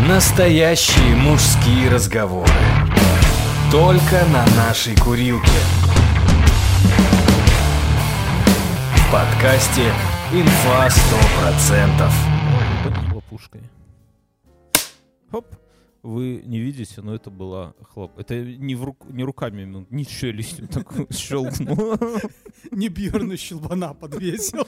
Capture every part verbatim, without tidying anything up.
Настоящие мужские разговоры. Только на нашей курилке. В подкасте «Инфа сто процентов». Хлопушкой. Хоп. Вы не видите, но это была хлоп. Это не, в рук... не руками, не челюстью такую щелкнул. Не Бьерну щелбана подвесил.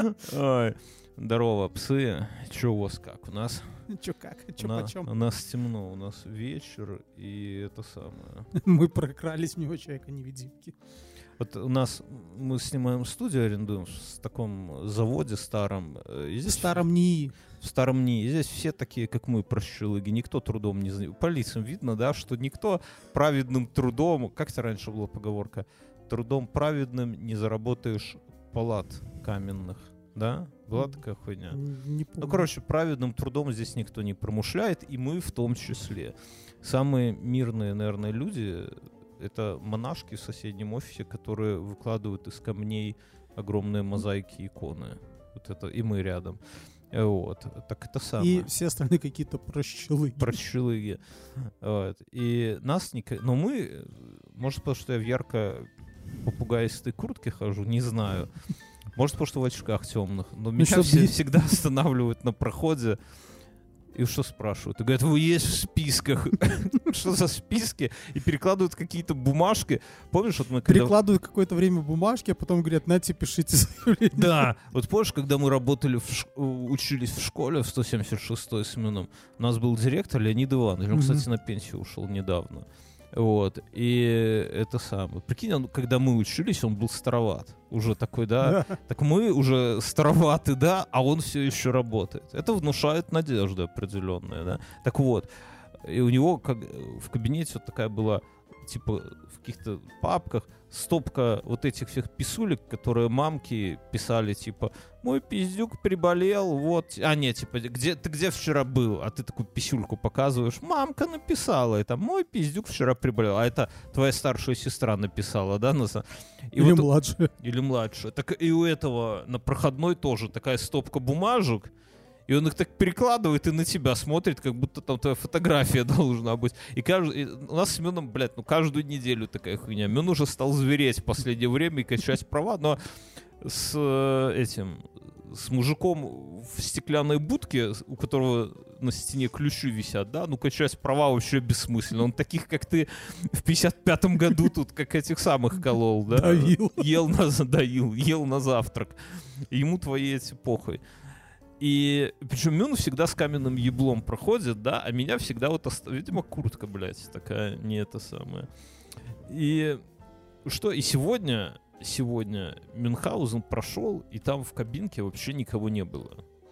Здорово, псы. Че у вас как? У нас... Че как? Че На... почем? У нас темно, у нас вечер, и это самое... Мы прокрались мимо Человека-невидимки. Вот у нас, мы снимаем студию, арендуем в таком заводе старом. В старом НИИ. В старом НИИ. Здесь все такие, как мы, прощелыги. Никто трудом не занимается. По лицам видно, да, что никто праведным трудом... Как это раньше была поговорка? Трудом праведным не заработаешь палат каменных. Да? Была такая хуйня? Не помню. Ну, короче, праведным трудом здесь никто не промышляет, и мы в том числе. Самые мирные, наверное, люди — это монашки в соседнем офисе, которые выкладывают из камней огромные мозаики иконы. Вот это, и мы рядом. Вот. Так это самое. И все остальные какие-то прощелыги. Прощелыги. Вот. И нас не... Но мы... Может, потому что я в ярко-попугайистой куртке хожу, не знаю. Может, потому что в очках темных. Но меня ну, все, всегда останавливают на проходе. И что спрашивают? И говорят, вы есть в списках. Что за списки? И перекладывают какие-то бумажки. Помнишь, вот мы... Перекладывают какое-то время бумажки, а потом говорят, нате, пишите заявление. Да. Вот помнишь, когда мы работали, в ш... учились в школе в сто семьдесят шестой сменом, у нас был директор Леонид Иванович. Он, кстати, на пенсию ушел недавно. Вот, и это самое. Прикинь, он, когда мы учились, он был староват. Уже такой, да? да? Так мы уже староваты, да, а он все еще работает. Это внушает надежду определенную, да? Так вот, и у него как, в кабинете вот такая была, типа, в каких-то папках стопка вот этих всех писулек, которые мамки писали, типа, мой пиздюк приболел, вот, а нет, типа, где, ты где вчера был? А ты такую писюльку показываешь, мамка написала это, мой пиздюк вчера приболел, а это твоя старшая сестра написала, да? И или вот, младшая. Или младшая. Так и у этого на проходной тоже такая стопка бумажек, и он их так перекладывает и на тебя смотрит, как будто там твоя фотография должна быть. И, каждый, и у нас с Мёном, блядь, ну каждую неделю такая хуйня. Мён уже стал звереть в последнее время и качать права, но с э, этим, с мужиком в стеклянной будке, у которого на стене ключи висят, да, ну качать права вообще бессмысленно. Он таких, как ты, в пятьдесят пятом году тут, как этих самых колол, да. Давил. Ел на, доил, ел на завтрак. Ему твои эти похуй. И причем Мюн всегда с каменным еблом проходит, да, а меня всегда вот, ост... видимо, куртка, блядь, такая, не это самое. И что, и сегодня, сегодня Мюнхгаузен прошел, и там в кабинке вообще никого не было.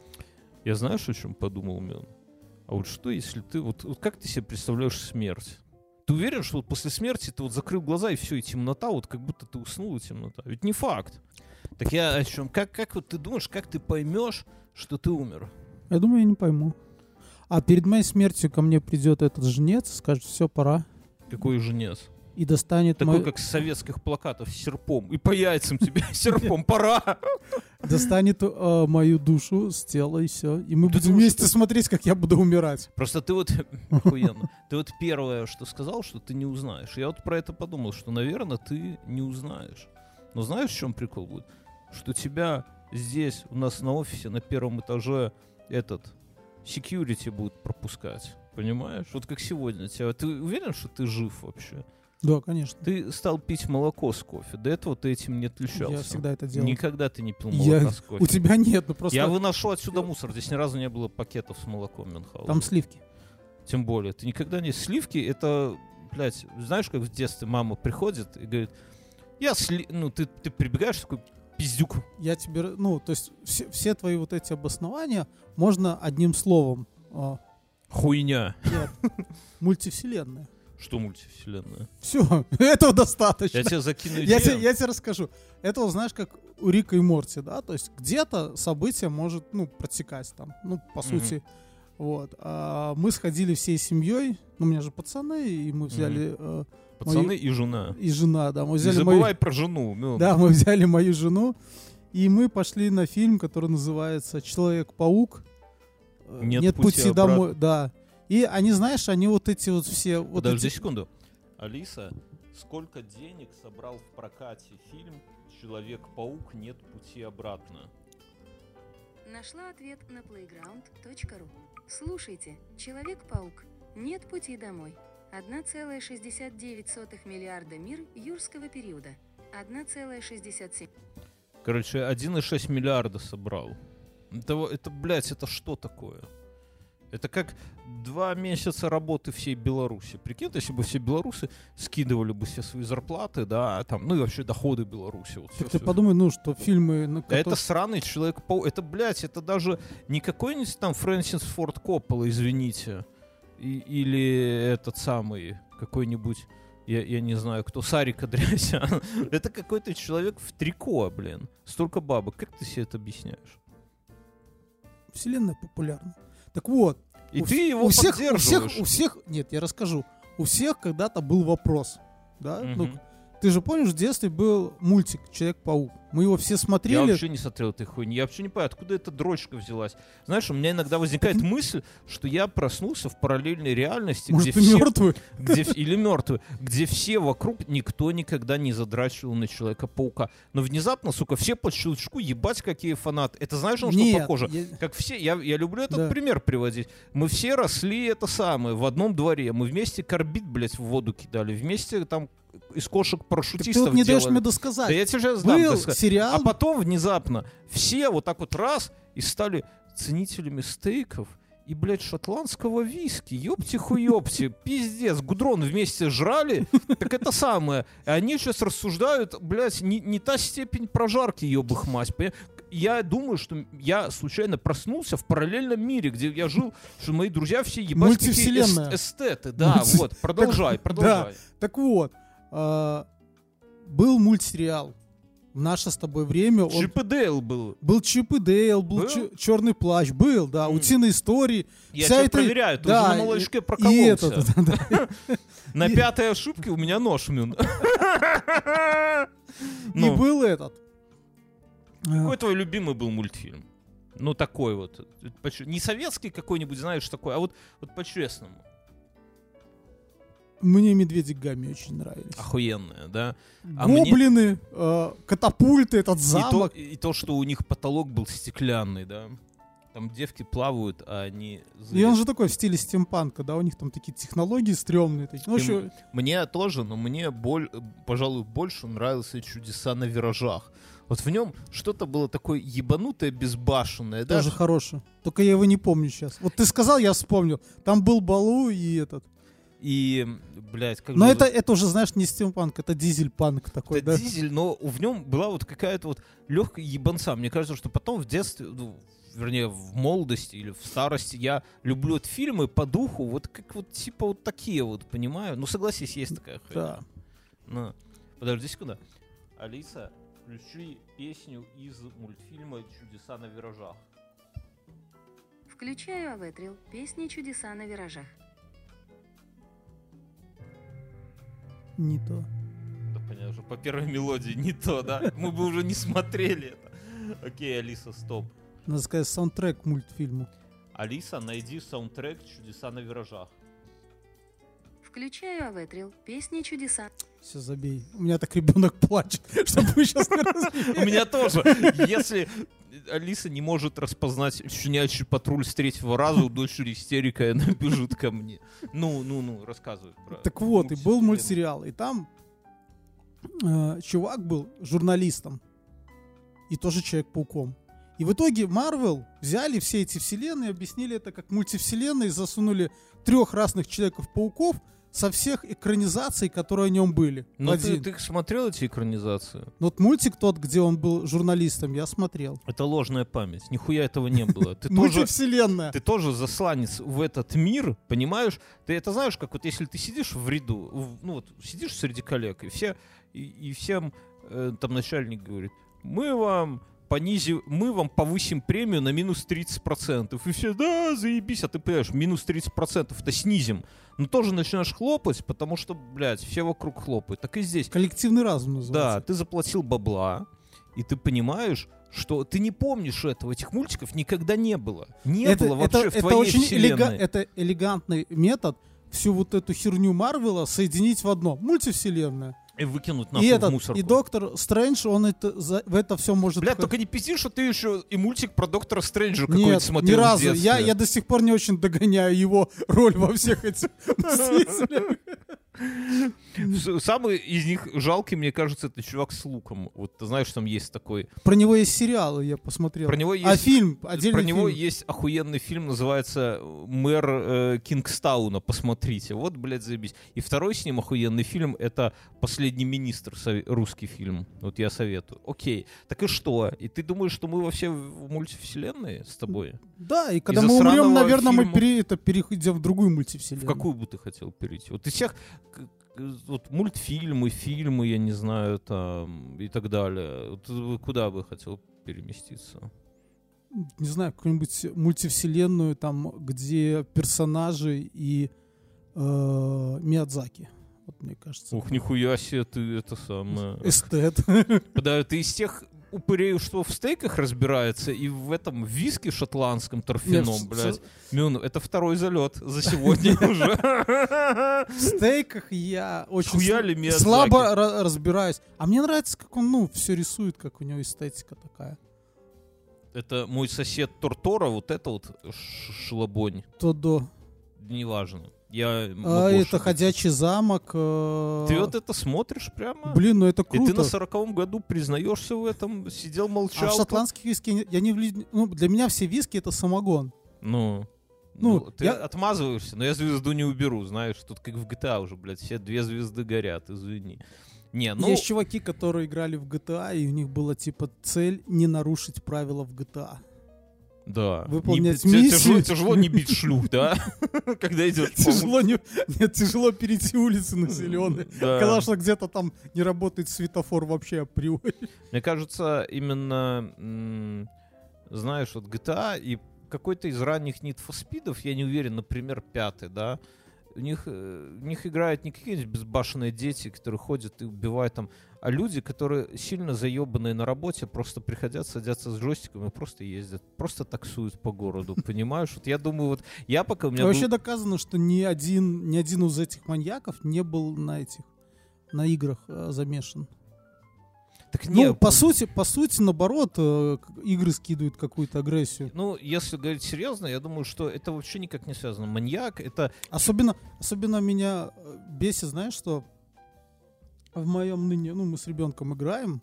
Я знаешь, о чем подумал Мюн? А вот что, если ты, вот, вот как ты себе представляешь смерть? Ты уверен, что вот после смерти ты вот закрыл глаза, и все, и темнота, вот как будто ты уснул, и темнота? Ведь не факт. Так я о чем? Как, как вот ты думаешь, как ты поймешь, что ты умер? Я думаю, я не пойму. А перед моей смертью ко мне придет этот жнец, скажет, все, пора. Какой жнец? И достанет... Такой, мой... как с советских плакатов, с серпом. И по яйцам тебе серпом, пора! Достанет э, мою душу с тела, и все. И мы будем вместе смотреть, как я буду умирать. Просто ты вот... Охуенно. Ты вот первое, что сказал, что ты не узнаешь. Я вот про это подумал, что, наверное, ты не узнаешь. Но знаешь, в чем прикол будет? Что тебя здесь, у нас на офисе, на первом этаже, этот, security будут пропускать. Понимаешь? Вот как сегодня. Тебя, ты уверен, что ты жив вообще? Да, конечно. Ты стал пить молоко с кофе. До этого ты этим не отличался. Я всегда это делал. Никогда ты не пил молоко я... с кофе. У тебя нет, ну просто... Я выношу отсюда мусор. Здесь ни разу не было пакетов с молоком Мюнхгаузена. Там сливки. Тем более. Ты никогда не... Сливки, это, блядь, знаешь, как в детстве мама приходит и говорит, я сли... Ну, ты, ты прибегаешь такой... Пиздюк. Я тебе, ну, то есть все, все твои вот эти обоснования можно одним словом. Э, Хуйня. Нет, мультивселенная. Что мультивселенная? Все, этого достаточно. Я тебе закину идею. Я тебе, я тебе расскажу. Это, знаешь, как у Рика и Морти, да? То есть где-то событие может, ну, протекать там, ну, по mm-hmm. сути. Вот. А мы сходили всей семьей, ну, у меня же пацаны, и мы взяли... Mm-hmm. э, Пацаны мою... и жена. И жена, да. Мы взяли Не забывай мою... про жену. Ну. Да, мы взяли мою жену, и мы пошли на фильм, который называется «Человек-паук. Нет, Нет пути, пути домой». Да. И они, знаешь, они вот эти вот все... Вот Подожди эти... секунду. Алиса, сколько денег собрал в прокате фильм «Человек-паук. Нет пути обратно»? Нашла ответ на плейграунд точка ру. Слушайте, Человек-паук. Нет пути домой. одна целая шестьдесят девять сотых миллиарда мир юрского периода. одна целая шестьдесят семь. Короче, один целых шесть миллиарда собрал. Это, это, блядь, это что такое? Это как два месяца работы всей Беларуси. Прикинь, если бы все белорусы скидывали бы все свои зарплаты, да, там, ну и вообще доходы Беларуси. Вот Так всё, ты всё. подумай, ну, что фильмы... На Да которые- это сраный Человек-паук. Это, блядь, это даже не какой-нибудь там Фрэнсис Форд Коппола, извините. И- или этот самый, какой-нибудь, я, я не знаю, кто, Сарик Андреасян. Это какой-то человек в трико, блин. Столько бабок. Как ты себе это объясняешь? Вселенная популярна. Так вот, И у, ты вс- его у всех, у поддерживаешь. всех, у всех, нет, я расскажу. У всех когда-то был вопрос, да? Мгм. Ну, ты же помнишь, в детстве был мультик «Человек-паук». Мы его все Я смотрели. вообще не смотрел этой хуйни. Я вообще не понимаю, откуда эта дрочка взялась. Знаешь, у меня иногда возникает мысль, что я проснулся в параллельной реальности, Может, где ты все... мертвый? где, в- или мертвые, где все вокруг, никто никогда не задрачивал на Человека-паука. Но внезапно, сука, все по щелчку, ебать, какие фанаты. Это знаешь, на что Нет, похоже? я- Как все, я, я люблю этот Да. пример приводить. Мы все росли это самое, в одном дворе. Мы вместе карбид, блядь, в воду кидали. Вместе там из кошек Так ты парашютистов вот не даешь делали. мне досказать. Да я тебе сейчас дам Был досказать. сериал, А потом внезапно все вот так вот раз и стали ценителями стейков и, блядь, шотландского виски. Ёпти-хуёпти. Пиздец. Гудрон вместе жрали. Так это самое. И они сейчас рассуждают, блядь, не, не та степень прожарки, ёбых мать. Поня- Я думаю, что я случайно проснулся в параллельном мире, где я жил, что мои друзья все ебать какие Мультивселенная. эс- эстеты. Да, Мульти- вот. Продолжай, продолжай. Так вот, а, был мультсериал в наше с тобой время. Он Чип и Дейл был. был Чип и Дейл, был, Был? Черный плащ, был, да, М. утиные истории. Я Вся тебя эта- проверяю, ты да, уже на малышке и- прокололся. И это, да, да. На И- пятой ошибке у меня нож, мюн. И Ну, был этот. а, какой твой любимый был мультфильм? Ну, такой вот. Поч- Не советский какой-нибудь, знаешь, такой, а вот, вот по-честному. Мне медведи Гамми очень нравились. Охуенная, да? а мне- Гоблины, э, катапульты, этот И то, замок. и то, что у них потолок был стеклянный, да? Там девки плавают, а они... И он же такой в стиле стимпанка, да, у них там такие технологии стрёмные. Такие. Ну, Ты ещё- Мне тоже, но мне, боль, пожалуй, больше нравился «Чудеса на виражах». Вот в нем что-то было такое ебанутое, безбашенное. Да? тоже хороший. Только я его не помню сейчас. Вот ты сказал, я вспомнил. Там был Балу и этот. И, блядь, как Но же это, зов- это уже, знаешь, не стимпанк, это дизель-панк такой, это да? дизель, но в нем была вот какая-то вот легкая ебанца. Мне кажется, что потом в детстве, ну, вернее, в молодости или в старости я люблю вот фильмы по духу, вот как вот типа вот такие вот, понимаю? Ну, согласись, есть такая хуйня. Да. Ну, подожди секунду. Алиса, включи песню из мультфильма «Чудеса на виражах». Включаю Аветрил. Песни «Чудеса на виражах». Не то. Да понятно, что по первой мелодии не то, да? Мы бы уже не смотрели это. Окей, Алиса, стоп. Надо сказать, саундтрек к мультфильму. Алиса, найди саундтрек «Чудеса на виражах». Включаю Аветрил. Песни «Чудеса». Все, забей. У меня так ребенок плачет, чтобы вы сейчас не разбили. У меня тоже. Если Алиса не может распознать щенячий патруль с третьего раза, у дочери истерика, и она бежит ко мне. Ну, ну, ну, рассказывай. про Так вот, и был мультивселенную. мультсериал, и там э, чувак был журналистом и тоже Человек-пауком. И в итоге Марвел взяли все эти вселенные, объяснили это как мультивселенные, засунули трех разных Человеков-пауков со всех экранизаций, которые о нем были. в Ну, ты, один. ты смотрел эти экранизации? Ну, вот мультик тот, где он был журналистом, я смотрел. Это ложная память. Нихуя этого не было. Ты тоже, Мультивселенная. ты тоже засланец в этот мир, понимаешь? Ты это знаешь, как вот если ты сидишь в ряду, в- ну вот сидишь среди коллег, и все, и, и всем э, там начальник говорит, мы вам понизим, мы вам повысим премию на минус тридцать процентов. И все, да, заебись, а ты понимаешь, минус тридцать процентов-то снизим. Но тоже начинаешь хлопать, потому что, блядь, все вокруг хлопают. Так и здесь. Коллективный разум Да, называется. ты заплатил бабла, и ты понимаешь, что ты не помнишь этого, этих мультиков никогда не было. Не это, было вообще это, в это твоей очень вселенной. элега- это элегантный метод всю вот эту херню Марвела соединить в одно. Мультивселенная. И выкинуть И, нахуй в этот, мусорку. и Доктор Стрэндж, он это, за, в это все может... Бля, х- только не пизди, что ты еще и мультик про Доктора Стрэнджа Нет, какой-то смотрел ни в разу. детстве. Я, я до сих пор не очень догоняю его роль во всех этих Мстителях. С- Самый из них жалкий, мне кажется, это чувак с луком. Вот ты знаешь, там есть такой. Про него есть сериал, я посмотрел. Про него есть. А фильм, отдельный Про него фильм. есть охуенный фильм, называется «Мэр э, Кингстауна». Посмотрите. Вот, блядь, заебись. И второй с ним охуенный фильм — это «Последний министр», сове- русский фильм. Вот я советую. Окей. Так и что? И ты думаешь, что мы вообще в мультивселенной с тобой? Да, и когда Из-за мы умрем, сраного наверное, мы фильма. пере- это, переходим в другую В мультивселенную. какую бы ты хотел перейти? Вот из всех к- к- вот мультфильмы, фильмы, я не знаю, там и так далее. Вот вы куда бы хотел переместиться? Не знаю, какую-нибудь мультивселенную, там, где персонажи и э, Миядзаки. Вот мне кажется. Ух, нихуя себе ты это самое. Эстет. Да, ты из тех упырей, что в стейках разбирается, и в этом виске шотландском торфяном, Нет, блядь. Мюн, это второй залет за сегодня уже. В стейках я очень Схуяли сл- Миядзаки. слабо ра- разбираюсь. А мне нравится, как он, ну, все рисует, как у него эстетика такая. Это мой сосед Тортора, вот это вот ш- шлабонь. То до. Неважно. Я могу А, это ошибиться. ходячий замок. э, Ты вот это смотришь прямо? Блин, ну это И ты на круто. сороковом году признаешься в этом, сидел, А молчал. в шотландских виски не- я не вли- ну, для меня все виски это самогон. Ну, Ну, ну, ты я- отмазываешься, но я звезду не уберу, знаешь, тут как в джи ти эй уже, блядь, все две звезды горят, извини. Не, ну, Есть чуваки, которые играли в джи ти эй, и у них была типа цель не нарушить правила в джи ти эй. да. выполнять Не- те- миссию. Тяжело, тяжело не бить шлюх, да? Когда идешь по Тяжело не, нет, тяжело перейти улицы населенные. Да. Когда что где-то там не работает светофор вообще априори. Мне кажется, именно, м, знаешь, вот джи ти эй и какой-то из ранних Need for Speed'ов, я не уверен, например, пятый, да, у них, э, в них играют не какие-нибудь безбашенные дети, которые ходят и убивают там, а люди, которые сильно заебанные на работе, просто приходят, садятся с джойстиком и просто ездят, просто таксуют по городу, понимаешь? Вот я думаю, вот я пока у меня А вообще был- доказано, что ни один, ни один из этих маньяков не был на этих, на играх э, замешан. Так Ну, не, по сути, по сути, наоборот, э, к- игры скидывают какую-то агрессию. ну, если говорить серьезно, я думаю, что это вообще никак не связано. Маньяк — это... Особенно, особенно меня э, бесит, знаешь, что в моем ныне, ну, мы с ребенком играем,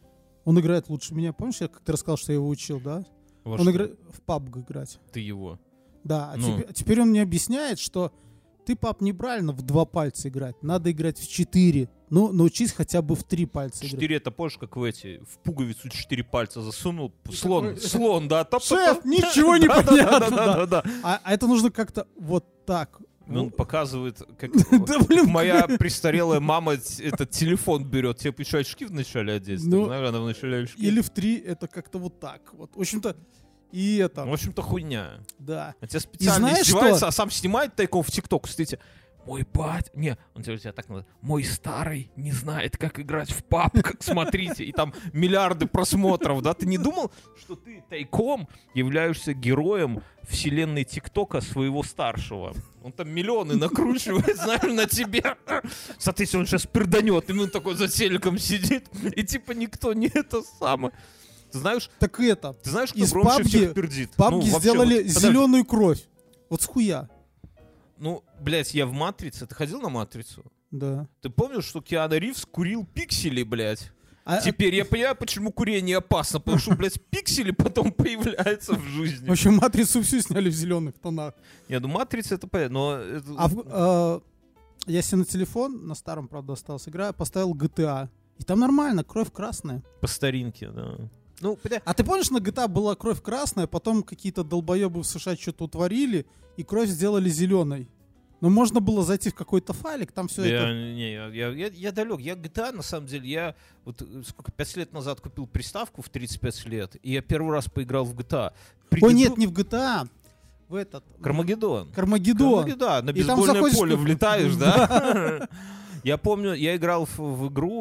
он играет лучше меня. Помнишь, я как ты рассказал, что я его учил, да? во Он что? играет в пабг играть. Ты его. Да, а, Ну. теперь, а теперь он мне объясняет, что ты, пап, неправильно в два пальца играть. Надо играть в четыре. Ну, научись хотя бы в три пальца играть. Четыре, это позже, как в эти, в пуговицу четыре пальца засунул. Слон, такой- слон, да. топ, Шеф, топ. ничего не Да, да, понятно, да, да, да, да. А, а это нужно как-то вот так. Ну, Он Ну, показывает, как Да, блин, моя престарелая мама т- этот телефон берет. Тебе еще очки вначале одеть. Ну, ты знаешь, она вначале очки. Или в три это как-то вот так. Вот. В общем-то, и это, В общем-то, хуйня. да. А тебя специально знаешь издевается, что? а сам снимает тайком в ТикТок. Кстати, мой бать... Не, он тебя, тебя так называет. Мой старый не знает, как играть в пабг. Смотрите. И там миллиарды просмотров, да? Ты не думал, что ты тайком являешься героем вселенной ТикТока своего старшего? Он там миллионы накручивает, знаешь, на тебя. Соответственно, он сейчас перданет. И он такой за телеком сидит. И типа никто не это самое. Ты знаешь, Так это, ты знаешь, кто Из громче PUBG всех пердит? пабги Ну, вообще, сделали вот, подожди. зеленую кровь. Вот с хуя. Ну, блядь, я в «Матрице». Ты ходил на «Матрицу»? Да. Ты помнишь, что Киану Ривз курил пиксели, блядь? А, Теперь я понимаю, почему курение опасно, потому что, блядь, пиксели потом появляются в в жизни. общем, матрицу всю сняли в зеленых тонах. Не, ну «Матрица» это понятно, но... это- А в- э, я себе на телефон, на старом, правда, остался, играю, поставил джи ти эй. И там нормально, кровь красная. По старинке, да. Ну, бля, А ты помнишь, на джи ти эй была кровь красная, потом какие-то долбоебы в США что-то утворили, и кровь сделали зеленой. Но можно было зайти в какой-то файлик, там все я, это... не, я, я, я, я далек. Я джи ти эй, на самом деле, я вот э, сколько, пять лет назад купил приставку в тридцать пять лет, и я первый раз поиграл в джи ти эй. Ой, Предыду- нет, не в джи ти эй, в этот... Кармагеддон. Кармагеддон. Кармагеддон, на И там бейсбольное заходишь поле в- влетаешь, да? Я помню, я играл в, в игру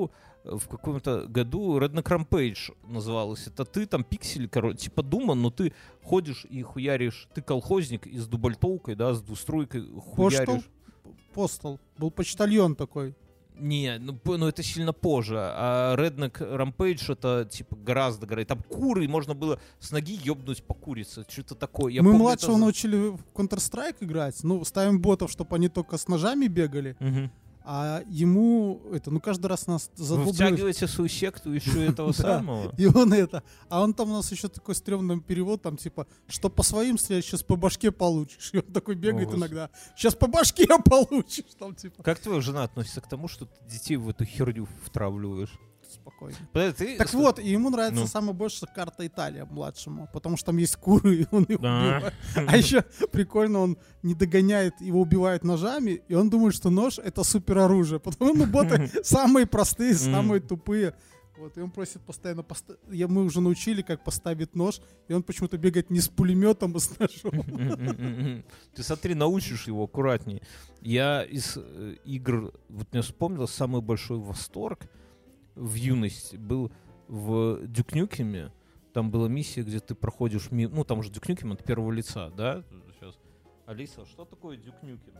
в каком-то году Redneck Rampage называлось. Это ты там пиксели, короче, типа Дума, но ты ходишь и хуяришь. Ты колхозник и с дубальтовкой, да, с двустройкой хуяришь. Постол. Был почтальон такой. Не, ну, ну это сильно позже. А Redneck Rampage это типа гораздо гораздо. Там куры, можно было с ноги ёбнуть по курице. Что-то такое. Я Мы помню, младшего это... научили в Counter-Strike играть. Ну, ставим ботов, чтобы они только с ножами бегали. Угу. А ему это, ну каждый раз нас Вы задолбывает. втягиваете свою секту еще этого самого. И он это. А он там у нас еще такой стрёмный перевод, там типа, что по своим стрелять, сейчас по башке получишь. И он такой бегает иногда. Сейчас по башке получишь. Там типа. Как твоя жена относится к тому, что ты детей в эту херню втравливаешь? Спокойно. Подожди, Так ты... вот, и ему нравится ну. самое больше карта Италия младшему, потому что там есть куры, и он их убивает. А еще прикольно, он не догоняет, его убивают ножами, и он думает, что нож — это супероружие. Потому что ну, боты самые простые, самые тупые. Вот, и он просит постоянно... Поста... Я, мы уже научили, как поставить нож, и он почему-то бегает не с пулеметом, а с ножом. Ты смотри, научишь его аккуратнее. Я из э, игр, вот мне вспомнил, самый большой восторг в юности был в Duke Nukem. Там была миссия, где ты проходишь мимо... Ну, там же Duke Nukem от первого лица, да? Сейчас. Алиса, что такое Duke Nukem?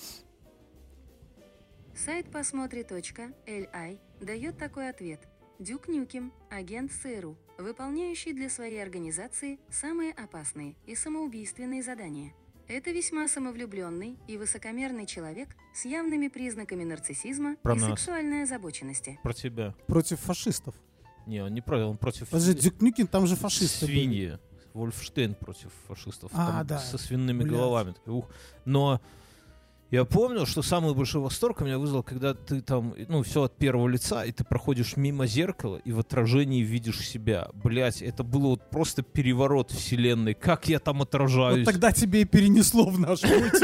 Сайт посмотри точка эл ай дает такой ответ. Дюк Нюкем – агент ЦРУ, выполняющий для своей организации самые опасные и самоубийственные задания. Это весьма самовлюбленный и высокомерный человек с явными признаками нарциссизма Про и нас. сексуальной озабоченности. Про тебя. Против фашистов. Не, он не про, он против... Подожди, Дюк Нюкем, там же фашисты были. Свиньи. Вольфштейн против фашистов. А, Там да. Со свиными Блядь. головами. Ух. Но я помню, что самый большой восторг у меня вызвал, когда ты там, ну, все от первого лица, и ты проходишь мимо зеркала, и в отражении видишь себя. Блять, это было вот просто переворот вселенной. Как я там отражаюсь. Вот тогда тебе и перенесло в наш путь.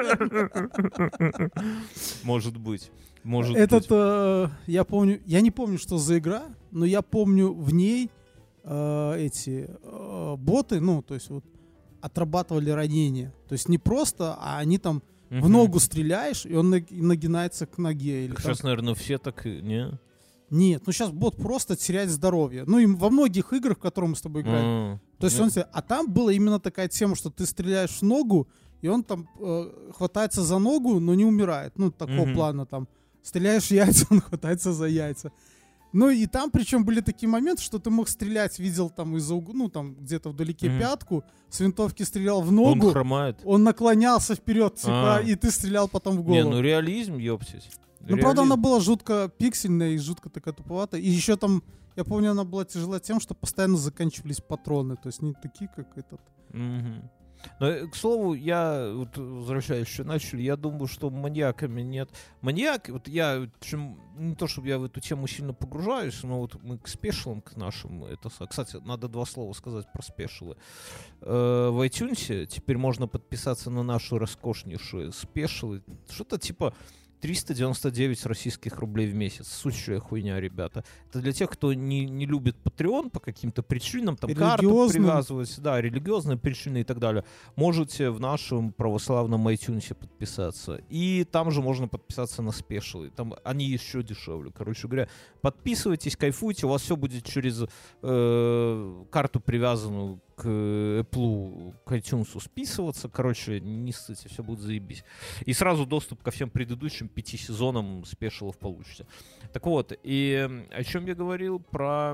Может быть. Может Этот, быть. э, я помню, я не помню, что за игра, но я помню в ней э, эти э, боты, ну, то есть вот отрабатывали ранения. То есть не просто, а они там в Мгм. ногу стреляешь, и он наг- нагинается к ноге. Или там- Сейчас, наверное, все так, и- не? Нет, ну сейчас бот просто теряет здоровье. Ну и во многих играх, в которые мы с тобой играем. М. То есть Ну, он тебе... А там была именно такая тема, что ты стреляешь в ногу, и он там э, хватается за ногу, но не умирает. Ну, такого Мгм. плана там. Стреляешь в яйца, он хватается за яйца. Ну и там причем были такие моменты, что ты мог стрелять, видел там из-за угла, ну там где-то вдалеке Мгм. пятку, с винтовки стрелял в Он ногу, он, хромает. наклонялся вперед, типа, А. и ты стрелял потом в Не, голову. ну реализм, ёптись. Ну, правда, она Реализм. была жутко пиксельная и жутко такая туповатая. И еще там, я помню, она была тяжела тем, что постоянно заканчивались патроны. То есть не такие, как этот. Мгм. Но, э, к слову, я, вот, возвращаясь еще начали, я думаю, что маньяками нет. Маньяк, вот я, чем, не то чтобы я в эту тему сильно погружаюсь, но вот мы к спешалам, к нашим, это, со- кстати, надо два слова сказать про спешалы. Э, в iTunes теперь можно подписаться на наши роскошнейшие спешалы. Что-то типа триста девяносто девять российских рублей в месяц. Сущая хуйня, ребята. Это для тех, кто не, не любит Patreon по каким-то причинам, там карту Религиозным. привязывать, да, религиозные причины и так далее. Можете в нашем православном iTunes подписаться. И там же можно подписаться на спешалы. Там они еще дешевле. Короче говоря, подписывайтесь, кайфуйте. У вас все будет через э, карту, привязанную к Apple, к iTunes списываться. Короче, не ссыте, все будет заебись. И сразу доступ ко всем предыдущим пяти сезонам спешалов получите. Так вот, и о чем я говорил? Про...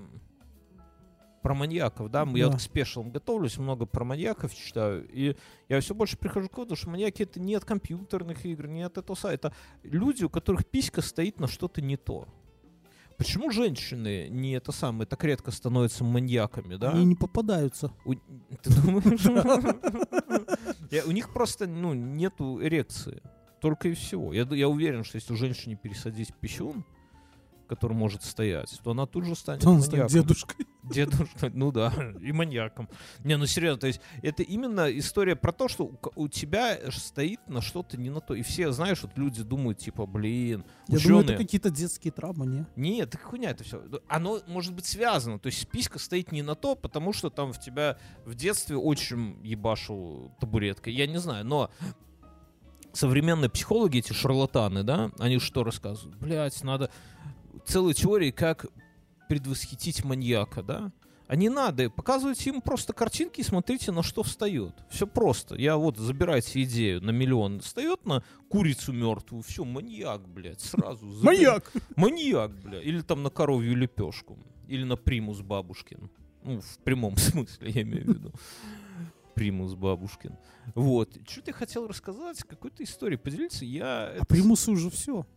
про маньяков, да, я Да. вот к спешалам готовлюсь, много про маньяков читаю, и я все больше прихожу к выводу, что маньяки — это не от компьютерных игр, не от этого сайта, это люди, у которых писька стоит на что-то не то. Почему женщины не это самое так редко становятся маньяками, да? Они не попадаются. У- Ты думаешь? Я- У них просто, ну, нету эрекции. Только и всего. Я, д- я уверен, что если женщине пересадить писюн, который может стоять, то она тут же станет То он станет маньяком. дедушкой. Дедушка, ну да, и маньяком. Не, ну серьезно, то есть это именно история про то, что у, к- у тебя ж стоит на что-то не на то. И все, знаешь, вот люди думают, типа, блин, Я думаю, это ученые. какие-то детские травмы, не? Нет, это хуйня, это все. Оно может быть связано. То есть списка стоит не на то, потому что там в тебя в детстве отчим ебашил табуреткой. Я не знаю, но современные психологи, эти шарлатаны, да, они что рассказывают? Блять, надо... целые теории, как предвосхитить маньяка, да? А не надо, показывайте им просто картинки и смотрите, на что встает. Все просто. Я вот, забирайте идею на миллион. Встает на курицу мертвую, все, маньяк, блядь, сразу. Маньяк! Маньяк, блядь. Или там на коровью лепешку. Или на примус бабушкин. Ну, в прямом смысле, я имею в виду. Примус бабушкин. Вот. Что ты хотел рассказать? Какой-то истории поделиться? Я... А примусы уже все.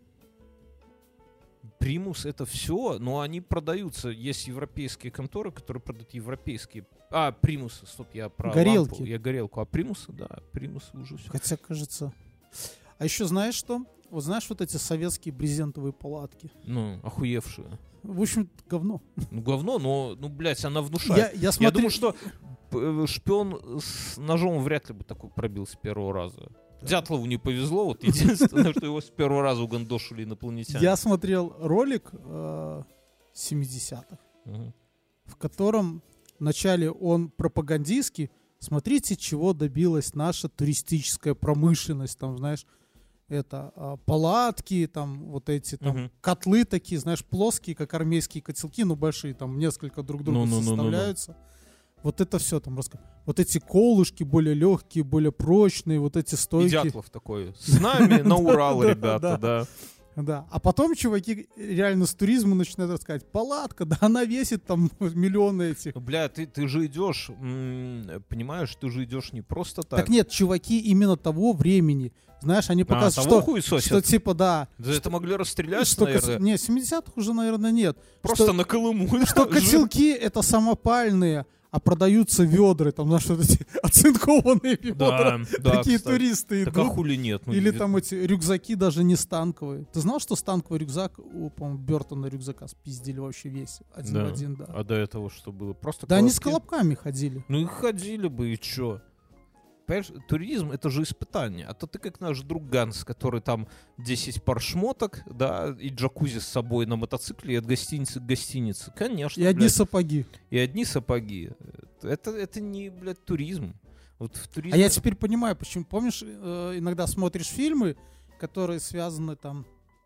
Примус это все, но они продаются. Есть европейские конторы, которые продают европейские. А, примусы, стоп, я про Горелки. лампу. Я горелку. А примусы, да, примусы уже все. Хотя, кажется... А еще знаешь что? Вот знаешь вот эти советские брезентовые палатки? Ну, охуевшие. В общем, говно. Ну, говно, но, ну, блядь, она внушает. Я, я, Я смотрю... думаю, что п- шпион с ножом вряд ли бы такой пробил с первого раза. Дятлову не повезло, вот единственное, что его с первого раза угандошили инопланетяне. Я смотрел ролик э, семидесятых, Мгм. в котором вначале он пропагандистский. Смотрите, чего добилась наша туристическая промышленность. Там, знаешь, это а, палатки, там вот эти там Мгм. котлы такие, знаешь, плоские, как армейские котелки, но большие, там несколько друг друга Ну-ну-ну-ну-ну. составляются. Вот это все там раска- Вот эти колышки более легкие, более прочные, вот эти И стойки. Дятлов такой. С нами на Урал, Да, ребята, да. да. Да. А потом чуваки реально с туризма начинают рассказать: палатка, да она весит там миллионы этих. Бля, ты, ты же идешь, м, понимаешь, ты же идешь не просто так. Так нет, чуваки именно того времени. Знаешь, они А, показывают, того что, хуесосят? что типа, да. За это могли расстрелять, Что кос- наверное. Не, семидесятых уже, наверное, нет. Просто что, на Колыму. что котелки это самопальные, а продаются ведра, там, знаешь, вот эти оцинкованные ведра. Да, да, Такие кстати. туристы Так а идут. хули нет? Ну, Или ве- там эти рюкзаки даже не станковые. Ты знал, что станковый рюкзак у, по-моему, Бертона рюкзака спиздили вообще весь один Да. в один, да. А до этого что было? Просто Да они с колобки? колобками ходили. Ну и ходили бы, и чё? Понимаешь, туризм — это же испытание. А то ты как наш друг Ганс, который там десять пар шмоток, да, и джакузи с собой на мотоцикле, и от гостиницы к гостинице. Конечно, И одни блядь. сапоги. И одни сапоги. Это, это не, блядь, туризм. Вот в туризме... А я теперь понимаю, почему. Помнишь, э, иногда смотришь фильмы, которые связаны там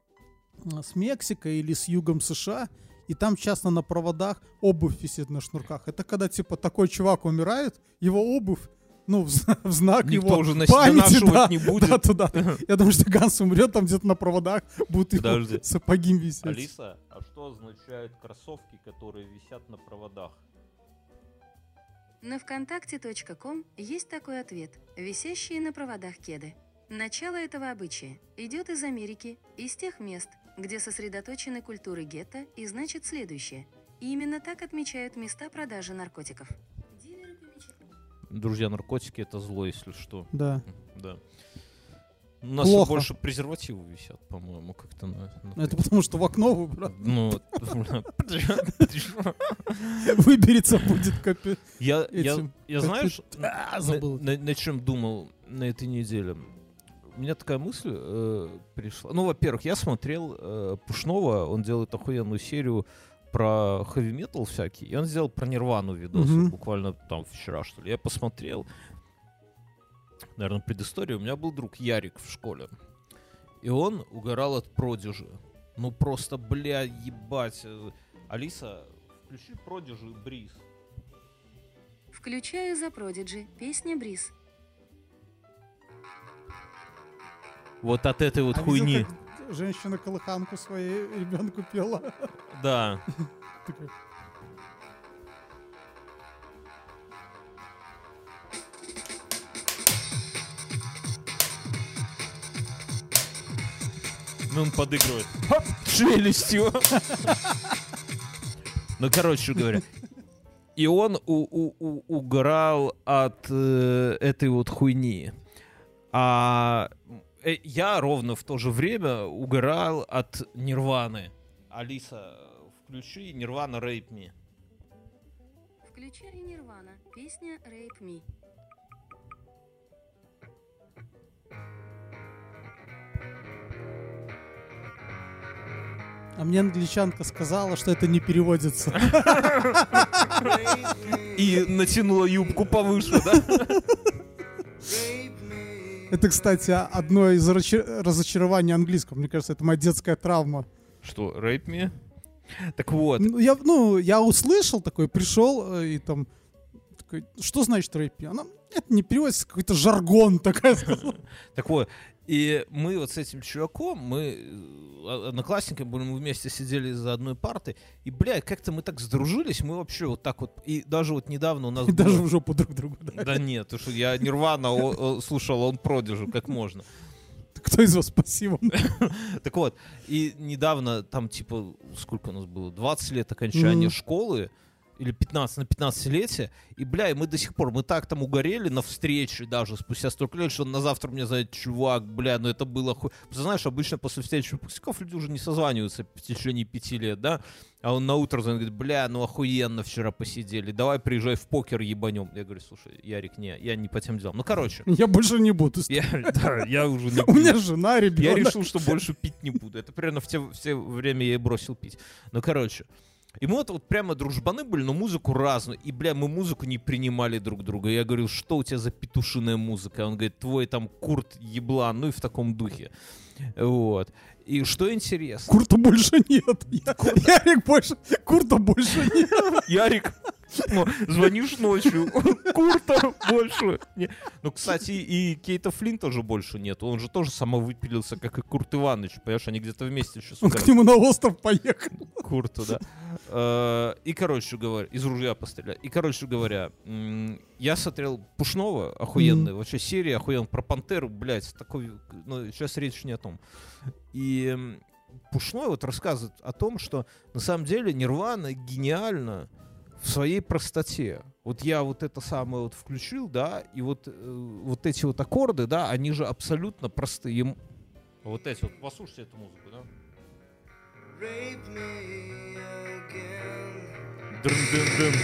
э, с Мексикой или с югом США, и там часто на проводах обувь висит на шнурках. Это когда, типа, такой чувак умирает, его обувь, ну, в, зна- в знак Никто его уже нас- памяти, донашивать да, не будет. да, туда. Я думаю, что Ганс умрет, там где-то на проводах будут его Подожди. сапоги висеть. Алиса, а что означают кроссовки, которые висят на проводах? На вконтакте точка ком есть такой ответ: висящие на проводах кеды. Начало этого обычая идет из Америки, из тех мест, где сосредоточены культуры гетто, и значит следующее. И именно так отмечают места продажи наркотиков. Дилеры помечают. Друзья, наркотики — это зло, если что. Да. Да. У нас Плохо. больше презервативы висят, по-моему, как-то на... на Это потому, что в окно выбрал. Ну, Выберется будет копи... я, я, Этим, я как знаешь, ты- А, на, забыл. на- на чем думал на этой неделе? У меня такая мысль э, пришла. Ну, во-первых, я смотрел э, Пушного, он делает охуенную серию про хэви-метал всякий, и он сделал про Нирвану видос, Мгм. буквально там вчера, что ли. Я посмотрел, наверное, предысторию. У меня был друг Ярик в школе, и он угорал от Продижи. Ну, просто, бля, ебать. Э, Алиса, включи Продижи и Бриз. Включаю за Продиджи, песня «Бриз». Вот от этой вот А хуйни. видел, как женщина колыханку своей ребенку пела? Да. Такая, Ну, он подыгрывает. Хоп, шелестью. Ну, короче говоря. И он у- у- у- угорал от э, этой вот хуйни. А э, я ровно в то же время угорал от Нирваны. Алиса, включи Нирвана Rape Me. Включаю Нирвана, песня «Rape Me». А мне англичанка сказала, что это не переводится. И натянула юбку повыше, да? Это, кстати, одно из разочар- разочарований английского. Мне кажется, это моя детская травма. Что, Rape Me? Так вот. Ну, я, ну, я услышал такой, пришел э, и там, такой, что значит рэп? Она, это не переводится, какой-то жаргон такая сказала. Так вот, и мы вот с этим чуваком, мы э, одноклассниками были, мы вместе сидели за одной партой, и, блядь, как-то мы так сдружились, мы вообще вот так вот, и даже вот недавно у нас И было... даже в жопу друг другу, да? Да нет, потому что я Нирвана о- о- слушал, он Продиджи, как можно. Кто из вас спасибо? Так вот, и недавно, там, типа, сколько у нас было, двадцать лет окончания Мгм. школы, или пятнадцать на пятнадцатилетие, и, бля, и мы до сих пор, мы так там угорели на встрече даже спустя столько лет, что на завтра мне звонит чувак, бля, ну это было хуй... Знаешь, обычно после встречи выпускников люди уже не созваниваются в течение пяти лет, да? А он на утро звонит, говорит, бля, ну охуенно вчера посидели, давай приезжай в покер ебанем. Я говорю, слушай, Ярик, не, я не по тем делам. Ну, короче. Я больше не буду. Я, да, я уже не У меня пью. жена, Я ребенок. решил, что больше пить не буду. Это примерно в те, в те время я и бросил пить. Ну, короче. И мы вот, вот прямо дружбаны были, но музыку разную. И, бля, мы музыку не принимали друг друга. Я говорил, что у тебя за петушиная музыка? Он говорит, твой там Курт еблан. Ну и в таком духе. Вот. И что интересно? Курта больше нет. Я- Ярик больше... Курта больше нет. Ярик, ну, звонишь ночью, Курта больше. Не. Ну, кстати, и Кейта Флинта тоже больше нет. Он же тоже самовыпилился, как и Курт Иванович. Понимаешь, они где-то вместе сейчас. Он к нему на остров поехал. Курту, да. Э, И, короче говоря, из ружья пострелял. И, короче говоря, м, я смотрел Пушного, охуенный, вообще серия охуенная, про Пантеру, блядь, такой, ну, сейчас речь не о том. И м, Пушной вот рассказывает о том, что на самом деле Нирвана гениальна в своей простоте. Вот я вот это самое вот включил, да, и вот, э, вот эти вот аккорды, да, они же абсолютно простые. Им- Вот эти вот, послушайте эту музыку, да. Дын-дын-дын.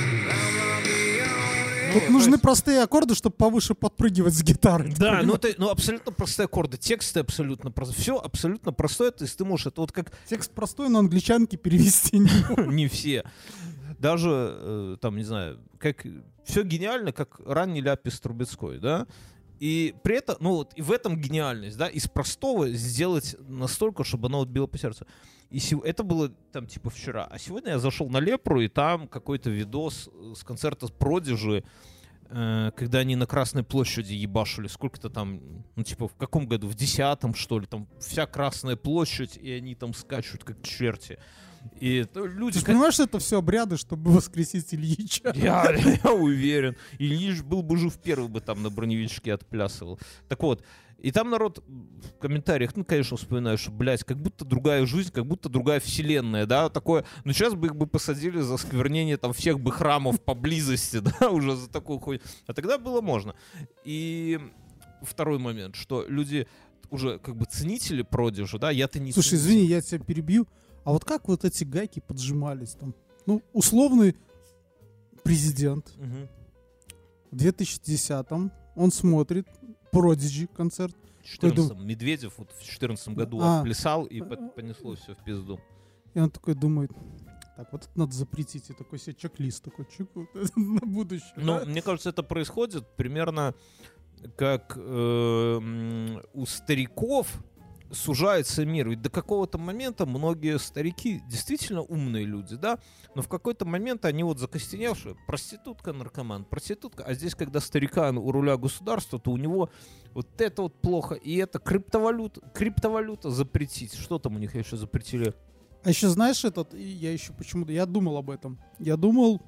Тут нужны простые аккорды, чтобы повыше подпрыгивать с гитарой. ты Да, ну понимаешь? это ну, абсолютно простые аккорды, тексты абсолютно простые, все абсолютно простое, то есть ты можешь, это вот как Текст простой, но англичанки перевести не могут. не все, даже э, там, не знаю, как все гениально, как ранний Ляпис Трубецкой, да, и при этом, ну вот и в этом гениальность, да, из простого сделать настолько, чтобы оно вот било по сердцу. И сев- это было там типа вчера, а сегодня я зашел на Лепру, и там какой-то видос с концерта Продиджи, э, когда они на Красной площади ебашили, сколько-то там, ну типа в каком году, в десятом что ли, там вся Красная площадь, и они там скачут как черти. И это люди... Ты же как- понимаешь, что это все обряды, чтобы воскресить Ильича? Я, я уверен. Ильич был бы жив первый бы там на броневичке отплясывал. Так вот, и там народ в комментариях, ну, конечно, вспоминает, что, блядь, как будто другая жизнь, как будто другая вселенная, да, такое. Ну, сейчас бы их бы посадили за сквернение там всех бы храмов поблизости, да, уже за такую хуйню. А тогда было можно. И второй момент, что люди уже как бы ценители Продиджи, да, я-то не Слушай, ценитель. извини, я тебя перебью. А вот как вот эти гайки поджимались там? Ну, условный президент Мгм. в две тысячи десятом, он смотрит Prodigy концерт. В четырнадцатом Медведев вот в четырнадцатом году А. отплясал, и под- понеслось все в пизду. И он такой думает, так, вот это надо запретить. И такой себе чек-лист такой, чек, вот это на будущее. Ну, да? мне кажется, это происходит примерно как э, м, у стариков сужается мир. Ведь до какого-то момента многие старики действительно умные люди, да, но в какой-то момент они вот закостеневшие. Проститутка, наркоман, проститутка. А здесь, когда старикан у руля государства, то у него вот это вот плохо. И это криптовалюта, криптовалюта запретить. Что там у них еще запретили? А еще знаешь этот, и я еще почему-то, я думал об этом. Я думал,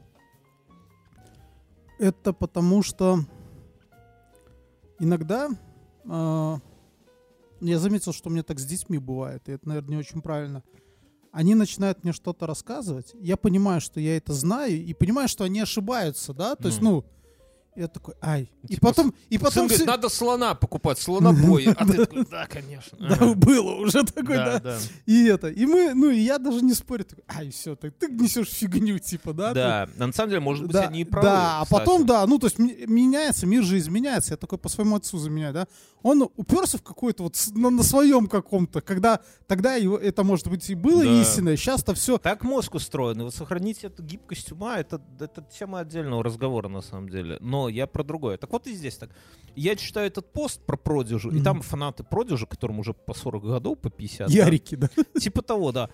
это потому что иногда э, я заметил, что у меня так с детьми бывает, и это, наверное, не очень правильно. Они начинают мне что-то рассказывать, я понимаю, что я это знаю, и понимаю, что они ошибаются, да, то есть, Ну. ну, я такой, ай. И Типа потом, и Сын потом... говорит, все- надо слона покупать, слонобой. А ты такой, да, конечно. Да, Ага. было уже такой, Да, да. да. И это, и мы, ну, и я даже не спорю, такой, ай, все, ты, ты несешь фигню, типа, да? Да, на самом деле, может быть, Да, они и правы. да, а кстати. потом, да, ну, то есть м- меняется, мир же изменяется. Я такой по своему отцу заменяю, да. Он уперся в какой-то вот с- на, на своем каком-то, когда тогда его, это, может быть, и было Да. истинное, сейчас-то все. Так мозг устроен, и вот сохранить эту гибкость ума, это, это тема отдельного разговора, на самом деле. Но я про другое. Так вот и здесь так. Я читаю этот пост про Продиджи, и Мгм. там фанаты Продиджи, которым уже по сорок годов, по пятьдесят. да, Ярики, да. Типа того, да.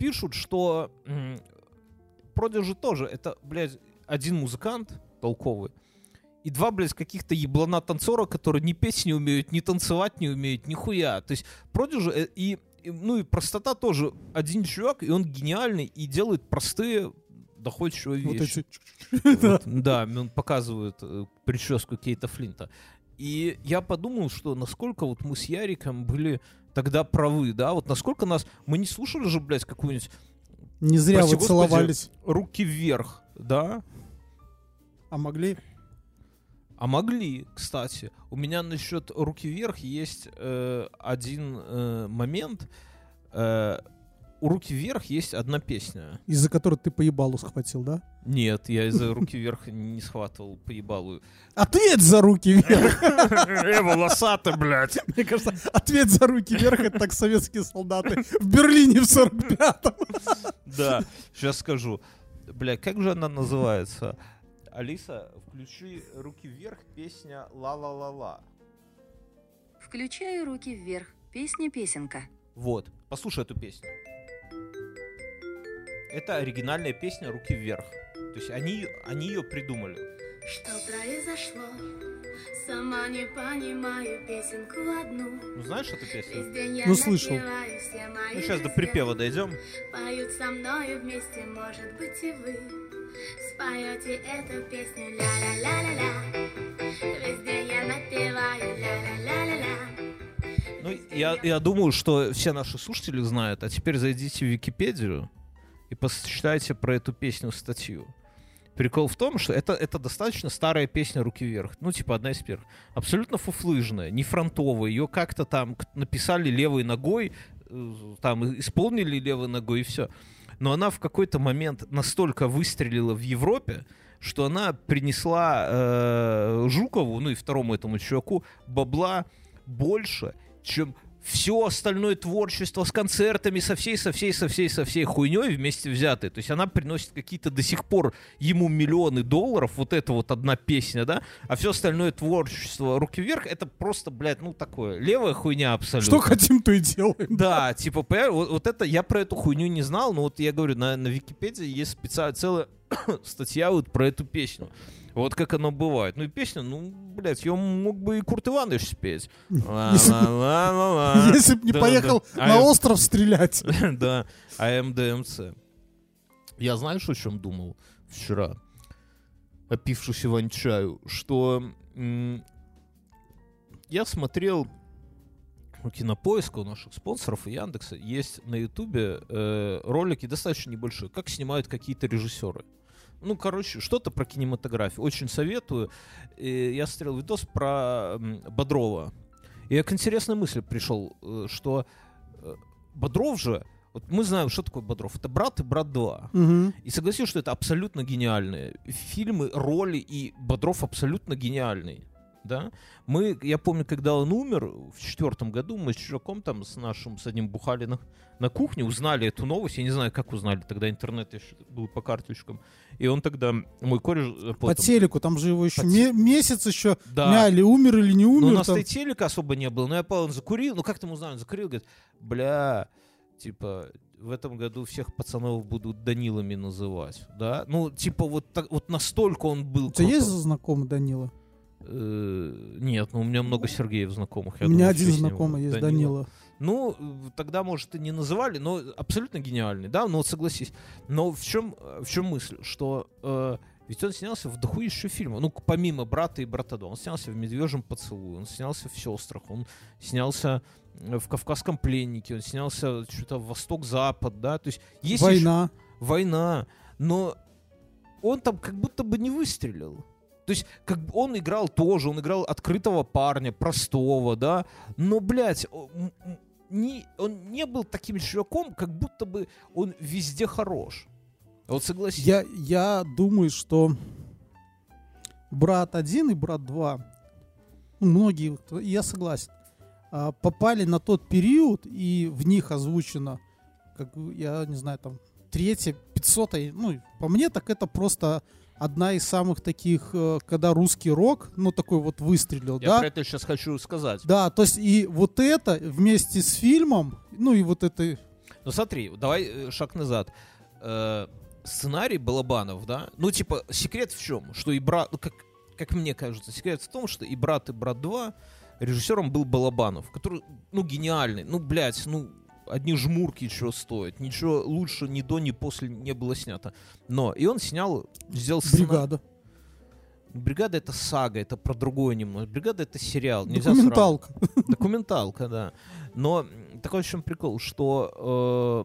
пишут, что м, Продиджи тоже, это, блядь, один музыкант толковый, и два, блядь, каких-то еблана-танцора, которые ни петь не умеют, ни танцевать не умеют, нихуя. То есть Продиджи и, и, ну и простота тоже. Один чувак, и он гениальный, и делает простые, доходчивые Вот вещи. эти... Вот, да, он показывает э, прическу Кейта Флинта. И я подумал, что насколько вот мы с Яриком были тогда правы, да, вот насколько нас... Мы не слушали же, блядь, какую-нибудь... Не зря прости вы господи, целовались. Руки вверх, да? А могли? А могли, кстати. У меня насчет руки вверх есть э, один э, момент. Э, у руки вверх есть одна песня. Из-за которой ты по ебалу схватил, да? Нет, я из-за руки вверх не схватывал по ебалу. Ответь за руки вверх! Э, волосатый, блядь. Мне кажется, ответ за руки вверх — это так советские солдаты в Берлине в сорок пятом. Да, сейчас скажу. Бля, как же она называется? Алиса, включи «Руки вверх», песня «Ла-ла-ла-ла». Включаю руки вверх. Песня-песенка. Вот, послушай эту песню. Это оригинальная песня «Руки вверх». То есть они, они ее придумали. Что произошло? Сама не понимаю песенку одну. Ну знаешь эту песню? Весь день я Ну, слышал. напеваю все мои Ну сейчас до друзья. припева дойдем. Поют со мною вместе, может быть, и вы споете эту песню ля-ля-ля-ля-ля. Весь день я напеваю ля-ля-ля-ля-ля. Ну, я, я думаю, что все наши слушатели знают. А теперь зайдите в Википедию и почитайте про эту песню статью. Прикол в том, что это, это достаточно старая песня «Руки вверх». Ну, типа, одна из первых. Абсолютно фуфлыжная, не фронтовая. Ее как-то там написали левой ногой, э, там исполнили левой ногой и все. Но она в какой-то момент настолько выстрелила в Европе, что она принесла э, Жукову, ну и второму этому чуваку, бабла больше, чем все остальное творчество с концертами, со всей, со всей, со всей, со всей хуйней вместе взятые. То есть она приносит какие-то до сих пор ему миллионы долларов, вот это вот одна песня, да, а все остальное творчество «Руки вверх» это просто, блядь, ну такое, левая хуйня абсолютно. Что хотим, то и делаем. Да, типа, вот, вот это, я про эту хуйню не знал, но вот я говорю, на, на Википедии есть специальная целая статья вот про эту песню. Вот как оно бывает. Ну и песня, ну, блядь, ее мог бы и Курт Иванович спеть. Если б не поехал на остров стрелять. Да, АМДМЦ. Я знаешь, о чем думал вчера, опившись Иван-чаю, что я смотрел у Кинопоиска, у наших спонсоров и Яндекса, есть на Ютубе ролики достаточно небольшие, как снимают какие-то режиссеры. Ну, короче, что-то про кинематографию. Очень советую. И я смотрел видос про Бодрова. И я к интересной мысли пришел, что Бодров же... Вот мы знаем, что такое Бодров. Это «Брат» и «Брат два». Угу. И согласись, что это абсолютно гениальные фильмы, роли, и Бодров абсолютно гениальный. Да? Мы, я помню, когда он умер в четвертом году, мы с чуваком там, с нашим, с одним бухали на, на кухне, узнали эту новость, я не знаю, как узнали, тогда интернет еще был по карточкам, и он тогда, мой кореш... По потом, телеку, там же его еще По ме- месяц еще да. мяли, умер или не умер. Ну, у нас там. и телека особо не было, но я понял, он закурил, ну как там узнал, он закурил, говорит, бля, типа... В этом году всех пацанов будут Данилами называть, да? Ну, типа, вот, так, вот настолько он был... У тебя есть знакомый Данила? Нет, ну у меня много Сергеев знакомых. У меня один знакомый есть, Данила. Ну, тогда, может, и не называли, но абсолютно гениальный, да? Ну вот согласись. Но в чем, в чем мысль? Что э, ведь он снялся в дохуищу фильма. Ну, помимо «Брата» и «Брата два». Он снялся в «Медвежьем поцелуе», он снялся в «Сестрах», он снялся в «Кавказском пленнике», он снялся что-то в «Восток-Запад», да? То есть есть «Война». Еще... Война. Но он там как будто бы не выстрелил. То есть, как бы он играл тоже, он играл открытого парня, простого, да, но, блядь, он не, он не был таким чуваком, как будто бы он везде хорош. Вот согласись. Я, я думаю, что «Брат один» и «Брат два», ну, многие, я согласен, попали на тот период, и в них озвучено, как, я не знаю, там, третья, пятьсотая, ну, по мне, так это просто... Одна из самых таких, когда русский рок, ну, такой вот выстрелил, Я да? Я про это сейчас хочу сказать. Да, то есть и вот это вместе с фильмом, ну, и вот это... Ну смотри, давай э, шаг назад. Э, сценарий Балабанов, да? Ну типа секрет в чем? Что и брат, ну, как, как мне кажется, секрет в том, что и «Брат», и «Брат два» режиссером был Балабанов, который, ну, гениальный. Ну, блядь, ну, одни жмурки чего стоят. Ничего лучше ни до, ни после не было снято. Но, и он снял, сделал сценарий. «Бригада». «Бригада» — это сага, это про другое немного. «Бригада» — это сериал. Нельзя Документалка. сравнивать. Документалка, да. Но такой в чем прикол, что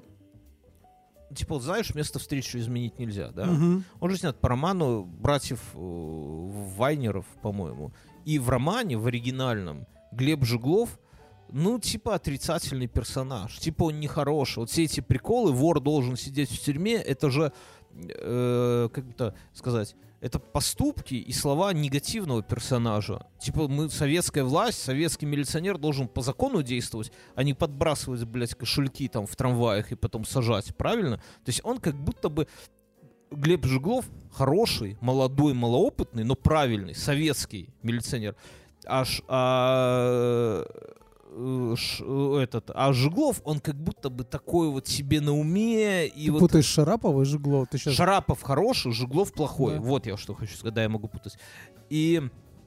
э, типа, вот, знаешь, место встречи изменить нельзя, да? Мгм. Он же снят по роману братьев э, Вайнеров, по-моему. И в романе, в оригинальном, Глеб Жиглов, ну, типа, отрицательный персонаж. Типа, он нехороший. Вот все эти приколы, вор должен сидеть в тюрьме, это же, э, как бы сказать, это поступки и слова негативного персонажа. Типа, мы, советская власть, советский милиционер должен по закону действовать, а не подбрасывать, блядь, кошельки там в трамваях и потом сажать, правильно? То есть он как будто бы... Глеб Жиглов хороший, молодой, малоопытный, но правильный, советский милиционер. Аж, а, ш, этот, а Жиглов, он как будто бы такой вот себе на уме. И Ты вот путаешь Шарапова и Жиглова. Ты сейчас... Шарапов хороший, Жиглов плохой. Да. Вот я что хочу сказать, да, я могу путать. И,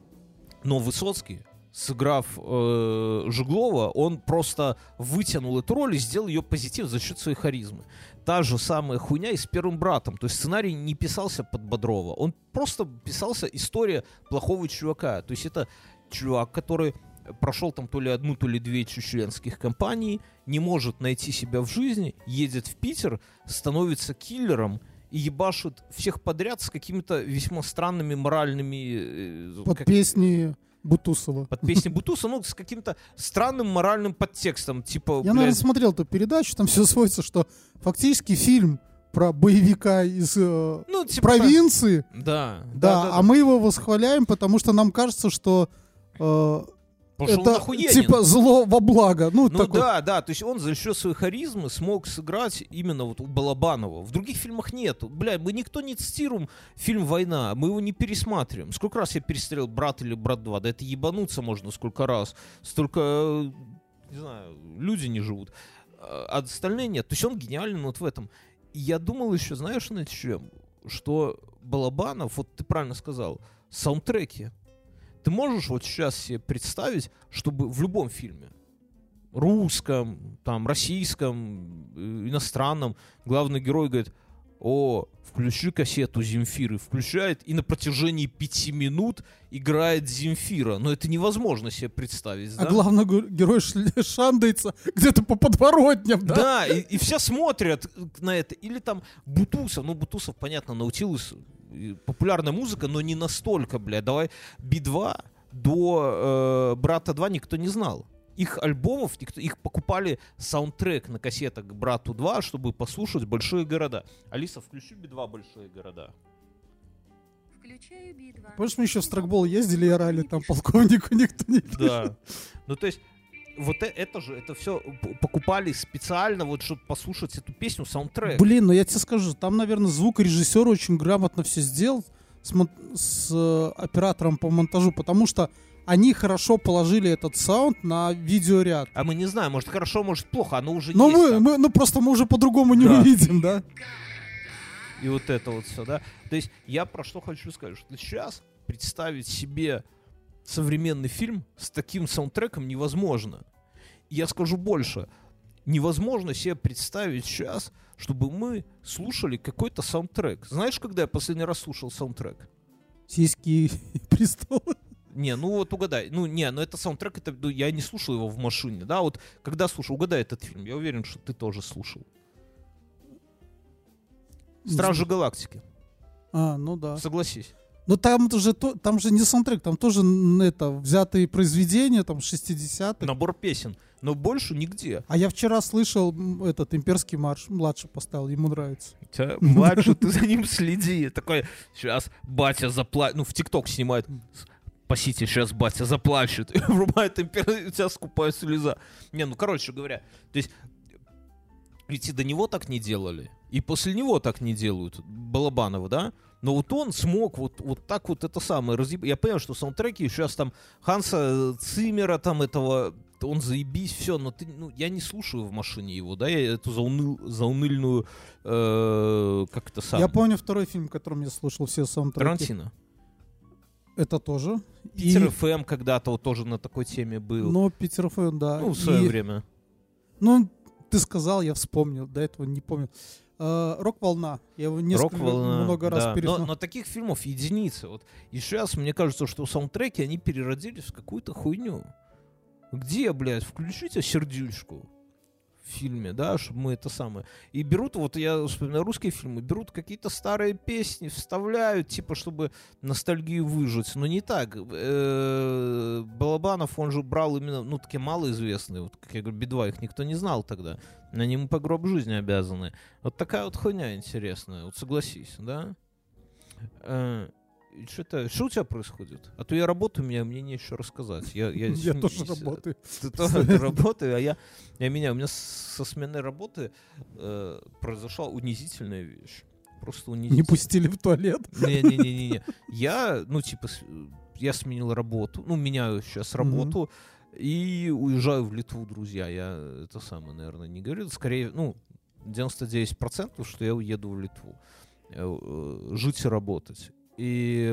но Высоцкий, сыграв э, Жиглова, он просто вытянул эту роль и сделал ее позитив за счет своей харизмы. Та же самая хуйня и с «Первым братом». То есть сценарий не писался под Бодрова. Он просто писался история плохого чувака. То есть это чувак, который прошел там то ли одну, то ли две чеченских компании, не может найти себя в жизни, едет в Питер, становится киллером и ебашит всех подряд с какими-то весьма странными моральными... э, Под как- песни Бутусова. Под песней Бутуса, ну, с каким-то странным моральным подтекстом. Типа, Я, блядь, наверное, смотрел эту передачу, там все сводится, что фактически фильм про боевика из э, ну, типа, провинции, Да. да, а мы его восхваляем, потому что нам кажется, что э, Потому что он это охуенен. типа зло во благо. Ну, Ну такой- да, да, то есть он за счет своей харизмы смог сыграть именно вот у Балабанова. В других фильмах нет. Бля, мы никто не цитируем фильм «Война», мы его не пересматриваем. Сколько раз я пересмотрел «Брат» или «Брат два»? Да это ебануться можно сколько раз. Столько, э, не знаю, люди не живут. А остальные нет. То есть он гениален вот в этом. И я думал еще, знаешь, над чем? Что Балабанов, вот ты правильно сказал, саундтреки. Ты можешь вот сейчас себе представить, чтобы в любом фильме, русском, там, российском, э, иностранном, главный герой говорит: о, включи кассету Земфиры, включает, и на протяжении пяти минут играет Земфира. Но это невозможно себе представить, А да? главный гу- герой ш- шандается где-то по подворотням, да? Да, и, и все смотрят на это. Или там Бутусов, ну Бутусов, понятно, Наутилус, э, популярная музыка, но не настолько, бля. Давай, Би два до э, Брата два никто не знал. Их альбомов, никто, их покупали саундтрек на кассетах к Брату два, чтобы послушать «Большие города». Алиса, включи Би два «Большие города». Включаю Би два. Помнишь, мы еще в страйкбол ездили и орали, там полковнику никто не пишет. Да. Ну, то есть, вот э- это же, это все покупали специально, вот, чтобы послушать эту песню, саундтрек. Блин, ну я тебе скажу, там, наверное, звукорежиссер очень грамотно все сделал с, мон- с э, оператором по монтажу, потому что они хорошо положили этот саунд на видеоряд. А мы не знаем, может хорошо, может плохо, оно уже Но есть мы, там. мы- ну просто мы уже по-другому не Да. увидим, да? И вот это вот все, да. То есть я про что хочу сказать, что сейчас представить себе современный фильм с таким саундтреком невозможно. И я скажу больше. Невозможно себе представить сейчас, чтобы мы слушали какой-то саундтрек. Знаешь, когда я последний раз слушал саундтрек? Сиськи и престолы. Не, ну вот угадай. Ну, не, ну это саундтрек, это, ну, я не слушал его в машине, да, вот когда слушал, угадай этот фильм, я уверен, что ты тоже слушал. «Стражи Галактики», А, ну да. согласись. Но там же, то- там же не саундтрек, там тоже н- это, взятые произведения, там, шестидесятых. Набор песен, но больше нигде. А я вчера слышал м, этот имперский марш, младший поставил, ему нравится. Тебя младше, ты за ним следи. Такой, сейчас батя заплачет, ну в ТикТок снимает. Спасите, сейчас батя заплачет. И врубает импер, и у тебя скупает слеза. Не, ну короче говоря, то есть ведь и до него так не делали, и после него так не делают, Балабанова, да? Но вот он смог вот, вот так вот это самое разъеб... Я понимаю, что саундтреки сейчас там Ханса Циммера, там этого он заебись, все, но ты, ну, я не слушаю в машине его, да, я эту зауныл, зауныльную, э, как это сам. Я помню второй фильм, в котором я слушал все саундтреки. Тарантино. Это тоже. Питер И- эф эм когда-то вот тоже на такой теме был. Но Питер эф эм, да. Ну, в свое И- время. Ну, ты сказал, я вспомнил, до этого не помню. Э, «Рок-волна». Я его несколько, Рок-волна, много раз да. пересмотрел. но, но таких фильмов единицы. Вот. И сейчас мне кажется, что саундтреки, они переродились в какую-то хуйню. Где, блядь, включите сердючку в фильме, да, чтобы мы это самое. И берут, вот я вспоминаю русские фильмы, берут какие-то старые песни, вставляют, типа, чтобы ностальгию выжить. Но не так. Э, Балабанов, он же брал именно, ну, такие малоизвестные. Вот, как я говорю, Би-два, их никто не знал тогда. Они ему по гроб жизни обязаны. Вот такая вот хуйня интересная. Вот согласись, да? Э, и Что-то, что у тебя происходит? А то я работаю, мне, мне нечего рассказать. Я, я, Я с- тоже с- работаю. Ты тоже работаю, а я, я меня, у меня с- со сменой работы э, произошла унизительная вещь. Просто Не унизительная. пустили в туалет. Не-не-не-не. Я, ну, типа, с- я сменил работу, ну, меняю сейчас работу и уезжаю в Литву, друзья. Я это самое, наверное, не говорю. Скорее, ну, девяносто девять процентов, что я уеду в Литву. Э, э, Жить и работать. И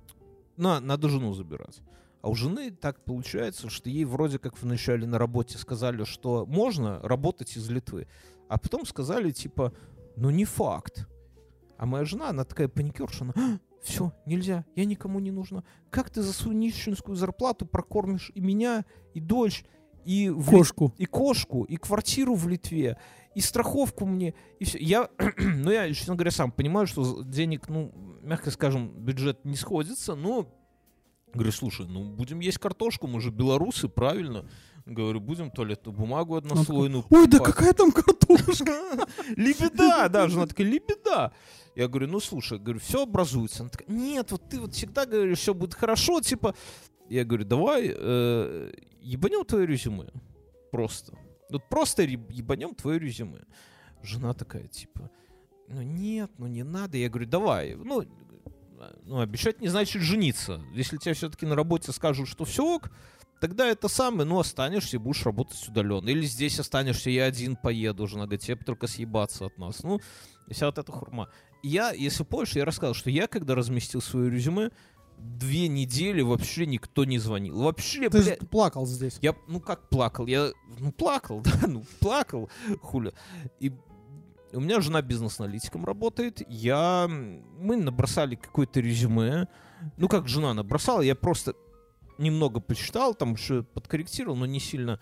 на, надо жену забирать. А у жены так получается, что ей вроде как вначале на работе сказали, что можно работать из Литвы. А потом сказали, типа, ну не факт. А моя жена, она такая паникерша, она, все, нельзя, я никому не нужна. Как ты за свою нищенскую зарплату прокормишь и меня, и дочь, и, в Лит- Кошку. и кошку, и квартиру в Литве, и страховку мне, и все. Я, ну, я, честно говоря, сам понимаю, что денег, ну, мягко скажем, бюджет не сходится, но говорю, слушай, ну, будем есть картошку, мы же белорусы, правильно? Говорю, будем туалетную бумагу однослойную Ой, да покупать. какая там картошка? Лебеда, да, жена такая, лебеда. Я говорю, ну слушай, говорю, все образуется. Она такая, нет, вот ты вот всегда говоришь, все будет хорошо, типа. Я говорю, давай э, ебанем твое резюме. Просто. Вот просто ре- ебанем твое резюме. Жена такая, типа, ну нет, ну не надо. Я говорю, давай, ну, ну обещать не значит жениться. Если тебе все-таки на работе скажут, что все ок, тогда это самое, ну, останешься и будешь работать удаленно. Или здесь останешься, я один поеду. Жена говорит, тебе только съебаться от нас. Ну, и вся вот эта хурма. И я, если помнишь, я рассказал, что я, когда разместил свое резюме, две недели вообще никто не звонил. Вообще, Ты бля... же плакал здесь. Я, ну, как плакал? Я, ну, плакал, да, ну, плакал, хуля. И у меня жена бизнес-аналитиком работает. Я... Мы набросали какое-то резюме. Ну, как жена набросала, я просто... немного почитал, там еще подкорректировал, но не сильно.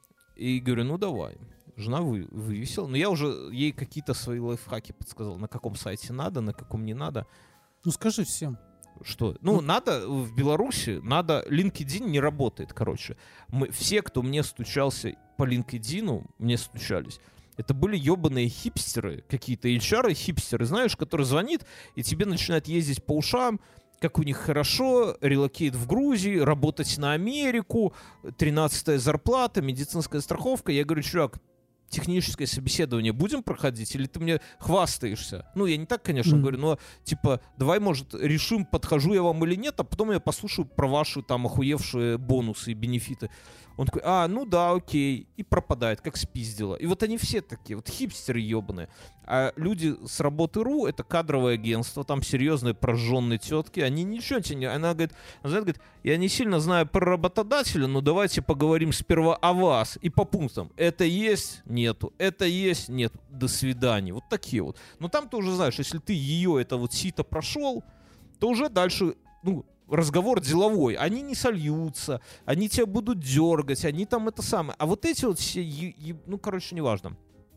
И говорю, ну давай. Жена вы, вывесила. Но я уже ей какие-то свои лайфхаки подсказал, на каком сайте надо, на каком не надо. Ну скажи всем. Что? Ну, надо в Беларуси, надо... LinkedIn не работает, короче. Мы, все, кто мне стучался по LinkedIn, мне стучались, это были ебаные хипстеры, какие-то эйч ар-хипстеры, знаешь, который звонит, и тебе начинает ездить по ушам, как у них хорошо, релокейт в Грузии, работать на Америку, тринадцатая зарплата, медицинская страховка. Я говорю, чувак, техническое собеседование будем проходить, или ты мне хвастаешься? Ну, я не так, конечно, Mm. говорю, но, типа, давай, может, решим, подхожу я вам или нет, а потом я послушаю про ваши, там, охуевшие бонусы и бенефиты. Он такой, а, ну да, окей, и пропадает, как спиздило. И вот они все такие, вот хипстеры ебаные. А люди с работы РУ, это кадровое агентство, там серьезные прожженные тетки, они ничего тебе не... Она говорит, она говорит, я не сильно знаю про работодателя, но давайте поговорим сперва о вас. И по пунктам. Это есть? Нету. Это есть? Нет. До свидания. Вот такие вот. Но там ты уже знаешь, если ты ее, это вот сито прошел, то уже дальше, ну, разговор деловой. Они не сольются, они тебя будут дергать, они там это самое. А вот эти вот все, е- е- ну, короче, неважно.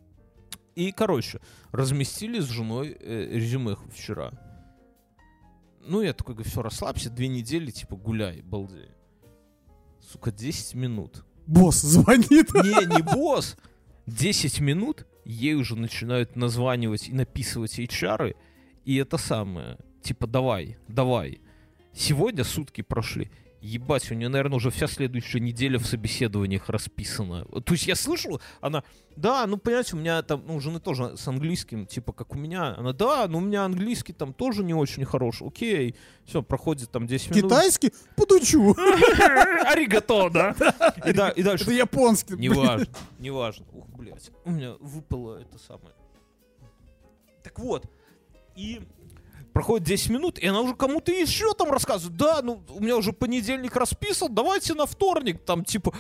И, короче, разместили с женой э, резюме вчера. Ну, я такой говорю, все, расслабься, две недели, типа, гуляй, балдей. Сука, десять минут. Босс звонит. Не, не босс. десять минут ей уже начинают названивать и написывать эйч ар, и это самое, типа, давай, давай. Сегодня сутки прошли. Ебать, у нее, наверное, уже вся следующая неделя в собеседованиях расписана. То есть я слышал, она, да, ну, понимаете, у меня там, ну, у жены тоже с английским, типа, как у меня. Она, да, ну, у меня английский там тоже не очень хороший. Окей, все, проходит там десять минут. Китайский? Подучу. Аригато, да? И да, и дальше. Это японский. Неважно, неважно. Ух, блядь, у меня выпало это самое. Так вот, и... Проходит десять минут, и она уже кому-то еще там рассказывает. Да, ну, у меня уже понедельник расписан, давайте на вторник, там, типа...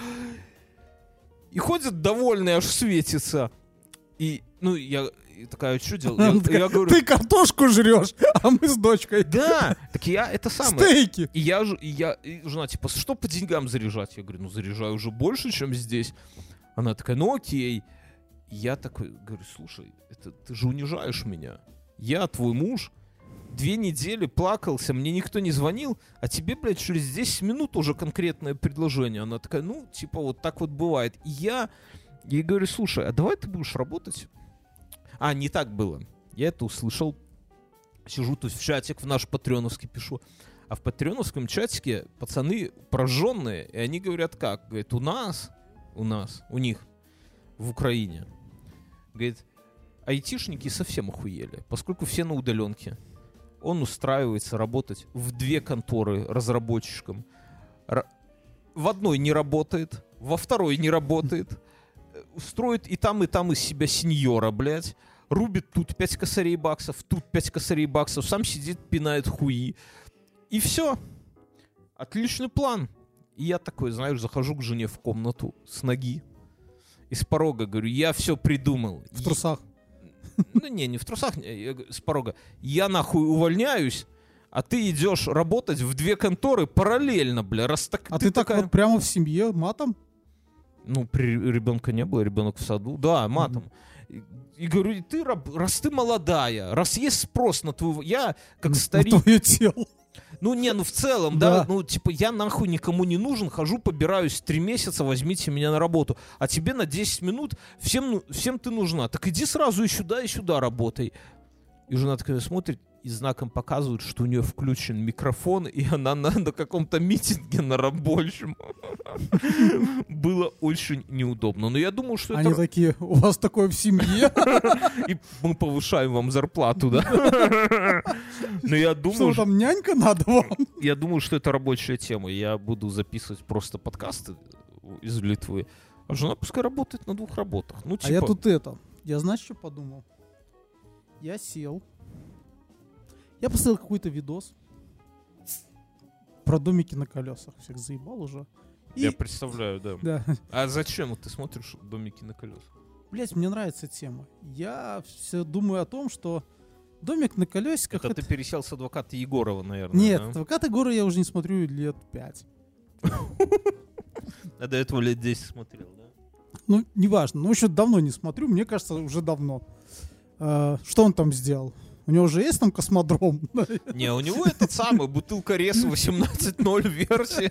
И ходит довольный, аж светится. И, ну, я и такая, что делать? Я, я говорю... Ты картошку жрешь, а мы с дочкой. Да, так я это самое. Стейки. И я, и я, и жена, типа, что по деньгам заряжать? Я говорю, ну, заряжаю уже больше, чем здесь. Она такая, ну, окей. И я такой, говорю, слушай, это, ты же унижаешь меня. Я твой муж... Две недели плакался, мне никто не звонил, а тебе, блядь, через десять минут уже конкретное предложение. Она такая, ну, типа, вот так вот бывает. И я ей говорю, слушай, а давай ты будешь работать? А, не так было. Я это услышал. Сижу тут в чатик в наш патреоновский пишу. А в патреоновском чатике пацаны прожженные, и они говорят как? Говорят, у нас, у нас, у них в Украине, говорит, айтишники совсем охуели, поскольку все на удаленке. Он устраивается работать в две конторы разработчиком. Р- в одной не работает, во второй не работает. Строит и там, и там из себя сеньора, блядь. Рубит тут пять косарей баксов, тут пять косарей баксов. Сам сидит, пинает хуи. И все. Отличный план. И я такой, знаешь, захожу к жене в комнату с ноги. И с порога говорю, я все придумал. В трусах. Ну не, не в трусах, я, с порога. Я нахуй увольняюсь, а ты идешь работать в две конторы параллельно, бля. Раз так, А ты, ты так такая... вот прямо в семье матом? Ну, при ребенка не было, ребенок в саду. Да, матом. Mm-hmm. И, и говорю, ты, раз ты молодая, раз есть спрос на твою... Я, как старик... На твое тело. Ну, не, ну в целом, да. да, ну, типа, я нахуй никому не нужен, хожу, побираюсь три месяца, возьмите меня на работу. А тебе на десять минут всем, всем ты нужна. Так иди сразу и сюда, и сюда работай. И жена такая смотрит и знаком показывает, что у нее включен микрофон, и она на, на каком-то митинге на рабочем. Было очень неудобно. Но я думаю, что Они это... такие, у вас такое в семье? И мы повышаем вам зарплату, да? Но я думаю... Что там, нянька надо вам? Я думаю, что это рабочая тема. Я буду записывать просто подкасты из Литвы. А жена пускай работает на двух работах. Ну, типа... А я тут это... Я знаешь, что подумал? Я сел... Я поставил какой-то видос про домики на колесах. Всех заебал уже. И... Я представляю, да. да. А зачем ты смотришь домики на колесах? Блять, мне нравится тема. Я все думаю о том, что домик на колесиках... Это, это... ты пересел с адвоката Егорова, наверное. Нет, да? адвоката Егорова я уже не смотрю лет пять. А до этого лет десять смотрел, да? Ну, неважно. Ну, еще давно не смотрю. Мне кажется, уже давно. Что он там сделал? У него уже есть там космодром? Не, у него этот самый, бутылка Рес восемнадцать ноль версия.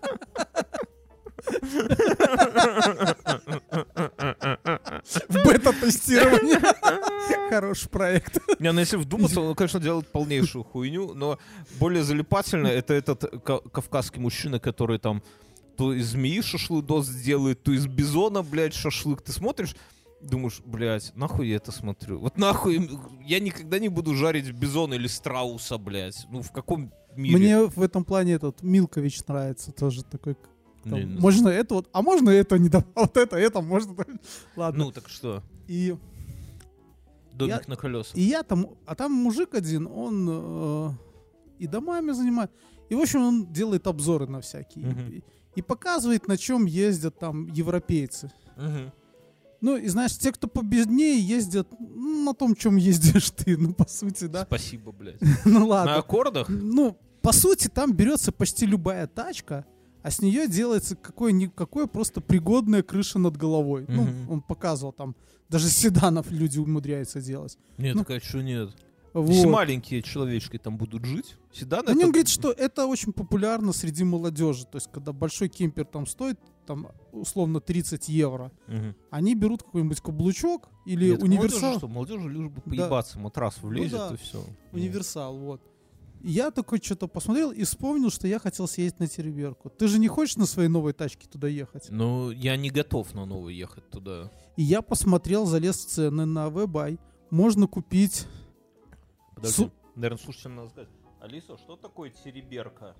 В бета-тестировании. Хороший проект. Не, ну если вдуматься, он, конечно, делает полнейшую хуйню, но более залипательно это этот кавказский мужчина, который там то из змеи шашлыдос делает, то из бизона, блядь, шашлык. Ты смотришь, думаешь, блядь, нахуй я это смотрю? Вот нахуй, я никогда не буду жарить бизона или страуса, блядь. Ну, в каком мире? Мне в этом плане этот Милкович нравится, тоже такой... Там, не, не можно это вот, а можно это не давать, вот это, это, можно... Ладно. Ну, так что? И... Домик я, на колесах. И я там... А там мужик один, он э, и домами занимает, и, в общем, он делает обзоры на всякие. Угу. И, и показывает, на чем ездят там европейцы. Угу. Ну, и знаешь, те, кто победнее, ездят ну, на том, чем ездишь ты, ну, по сути, да. Спасибо, блядь. Ну, ладно. На аккордах? Ну, по сути, там берется почти любая тачка, а с нее делается какое-никакое просто пригодная крыша над головой. Mm-hmm. Ну, он показывал там, даже седанов люди умудряются делать. Нет, ну, так а что нет? Вот. Если маленькие человечки там будут жить, седаны... Они это... говорят, что это очень популярно среди молодежи. То есть, когда большой кемпер там стоит, там, условно, тридцать евро, Угу. они берут какой-нибудь каблучок или Нет, универсал. Молодежи, что? Молодежи лишь бы поебаться, да. Матрас влезет ну, да. и все. Универсал, вот. И я такой что-то посмотрел и вспомнил, что я хотел съездить на Териберку. Ты же не хочешь на своей новой тачке туда ехать? Ну, я не готов на новую ехать туда. И я посмотрел, залез в цены на WebBuy. Можно купить... Подожди, Су- наверное, слушайте, надо сказать. Алиса, что такое Териберка?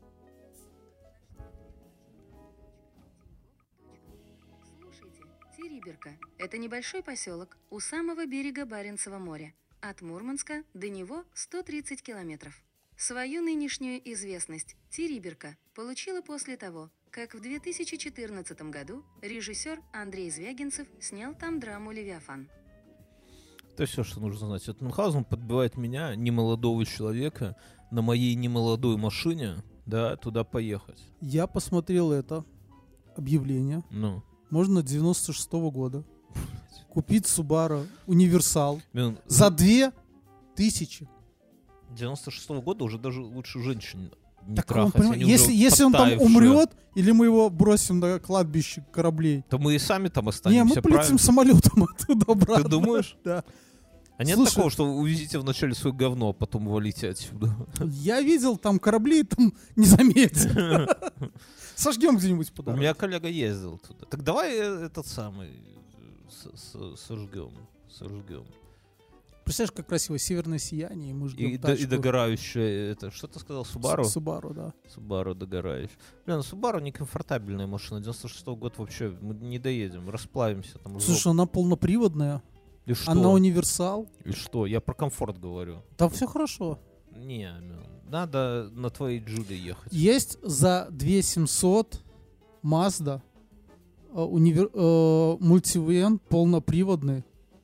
Слушайте, Териберка – это небольшой поселок у самого берега Баренцева моря. От Мурманска до него сто тридцать километров. Свою нынешнюю известность Териберка получила после того, как в две тысячи четырнадцатом году режиссер Андрей Звягинцев снял там драму «Левиафан». Это все, что нужно знать. Вот Мюнхгаузен подбивает меня, немолодого человека, на моей немолодой машине, да, туда поехать. Я посмотрел это объявление. Ну. Можно девяносто шестого года купить Subaru Универсал Мюн, за две тысячи. девяносто шестого года уже даже лучше женщин не Так он, трахать. понимаешь, они если, уже если он там подтаившие. умрет, или мы его бросим на кладбище кораблей. То мы и сами там Не, останемся, мы полетим правильно? самолетом оттуда обратно. Ты думаешь? Да. А нет Слушай, такого, что вы увезите вначале свое говно, а потом валите отсюда? Я видел там корабли, там не заметил. Сожгем где-нибудь по У дороге. меня коллега ездил туда. Так давай э, этот самый с- с- сожгем. Сожгем. Представляешь, как красиво северное сияние, и мы ждем И, до- и тачку. догорающая, это, что ты сказал, Subaru? С- Subaru, да. Subaru догорающая. Блин, ну Subaru некомфортабельная машина. девяносто шестого года вообще мы не доедем, расплавимся там. Слушай, она полноприводная, и что? она универсал. И что? Я про комфорт говорю. Там все хорошо. Не, Мюн, надо на твоей Джули ехать. Есть за две тысячи семьсот Mazda э, универ- э, мультивен полноприводный.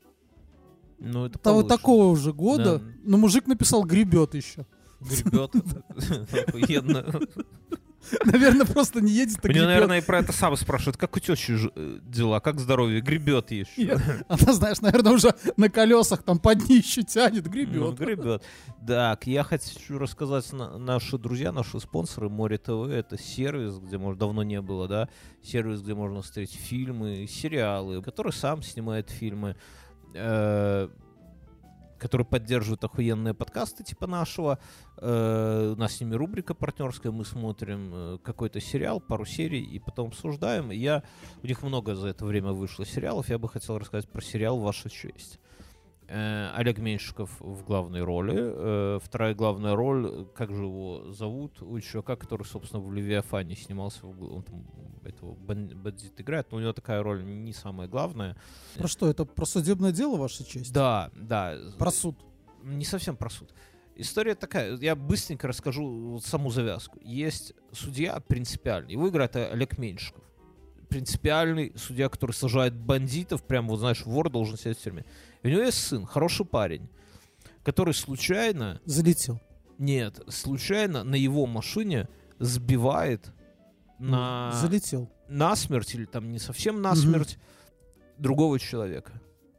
Ну, это Того, получше. такого уже года. Да. Но мужик написал гребет еще. Гребет. Охуенно. Наверное, просто не едет, а Меня, гребет. наверное, и про это сам спрашивают. Как у тещи ж- э, дела? Как здоровье? Гребет еще. Нет, она, знаешь, наверное, уже на колесах там под днищу тянет, Ну, гребет. гребет. Так, я хочу рассказать, на- наши друзья, наши спонсоры, Море ТВ, это сервис, где, может, давно не было, да, сервис, где можно встретить фильмы, сериалы, который сам снимает фильмы, э, который поддерживает охуенные подкасты типа нашего. Э, у нас с ними рубрика партнерская, мы смотрим э, какой-то сериал, пару серий, и потом обсуждаем. И я, у них много за это время вышло сериалов, я бы хотел рассказать про сериал «Ваша честь». Э, Олег Меньшиков в главной роли. Э, вторая главная роль, как же его зовут, у чувака, который, собственно, в «Левиафане» снимался, в гл- он там этого бан- бандит играет, но у него такая роль не самая главная. Про что? Это про судебное дело, ваша честь? Да, да. Про суд. Не совсем про суд. История такая, я быстренько расскажу вот саму завязку. Есть судья принципиальный, его играет Олег Меньшиков. Принципиальный судья, который сажает бандитов, прям вот знаешь, вор должен сидеть в тюрьме. И у него есть сын, хороший парень, который случайно, Залетел. нет, случайно на его машине сбивает на, Залетел. насмерть, или там не совсем насмерть, другого человека.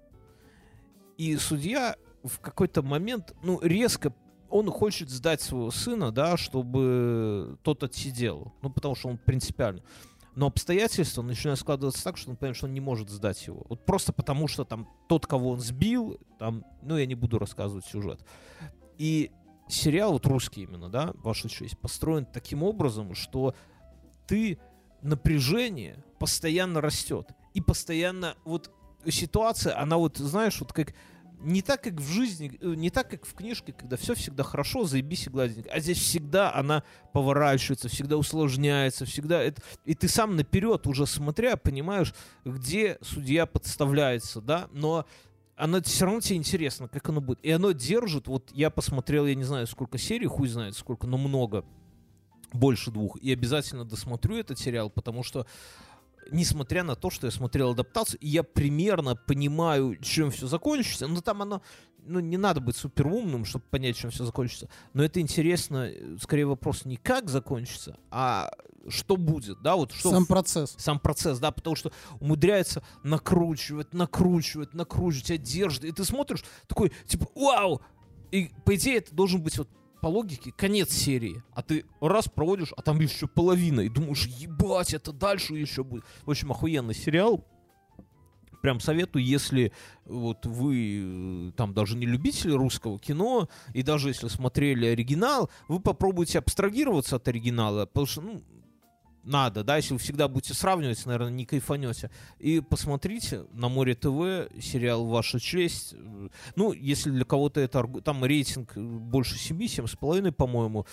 И судья в какой-то момент, ну, резко, он хочет сдать своего сына, да, чтобы тот отсидел. Ну, потому что он принципиально. Но обстоятельства начинают складываться так, что он понимает, что он не может сдать его. Вот просто потому, что там тот, кого он сбил, там, ну, я не буду рассказывать сюжет. И сериал, вот русский именно, да, «Ваша честь», построен таким образом, что ты, напряжение постоянно растет. И постоянно вот ситуация, она вот, знаешь, вот как не так, как в жизни, э, не так, как в книжке, когда все всегда хорошо, заебись и гладенько. А здесь всегда она поворачивается, всегда усложняется, всегда... Это... И ты сам наперед, уже смотря, понимаешь, где судья подставляется, да, но оно все равно тебе интересно, как оно будет. И оно держит, вот я посмотрел, я не знаю, сколько серий, хуй знает сколько, но много, больше двух. И обязательно досмотрю этот сериал, потому что несмотря на то, что я смотрел адаптацию, и я примерно понимаю, чем все закончится, но там оно, ну, не надо быть суперумным, чтобы понять, чем все закончится. Но это интересно, скорее вопрос не как закончится, а что будет, да, вот что... Сам процесс. Сам процесс, да, потому что умудряется накручивать, накручивать, накручивать, тебя держит, и ты смотришь такой, типа, вау! И, по идее, это должен быть вот по логике конец серии, а ты раз проводишь, а там еще половина, и думаешь, ебать, это дальше еще будет. В общем, охуенный сериал. прям советую, если вот вы э, там даже не любители русского кино, и даже если смотрели оригинал, вы попробуйте абстрагироваться от оригинала, потому что, ну, надо, да, если вы всегда будете сравнивать, наверное, не кайфанете. И посмотрите на Море ТВ сериал «Ваша честь». Ну, если для кого-то это... аргу- Там рейтинг больше семи, семь с половиной, по-моему.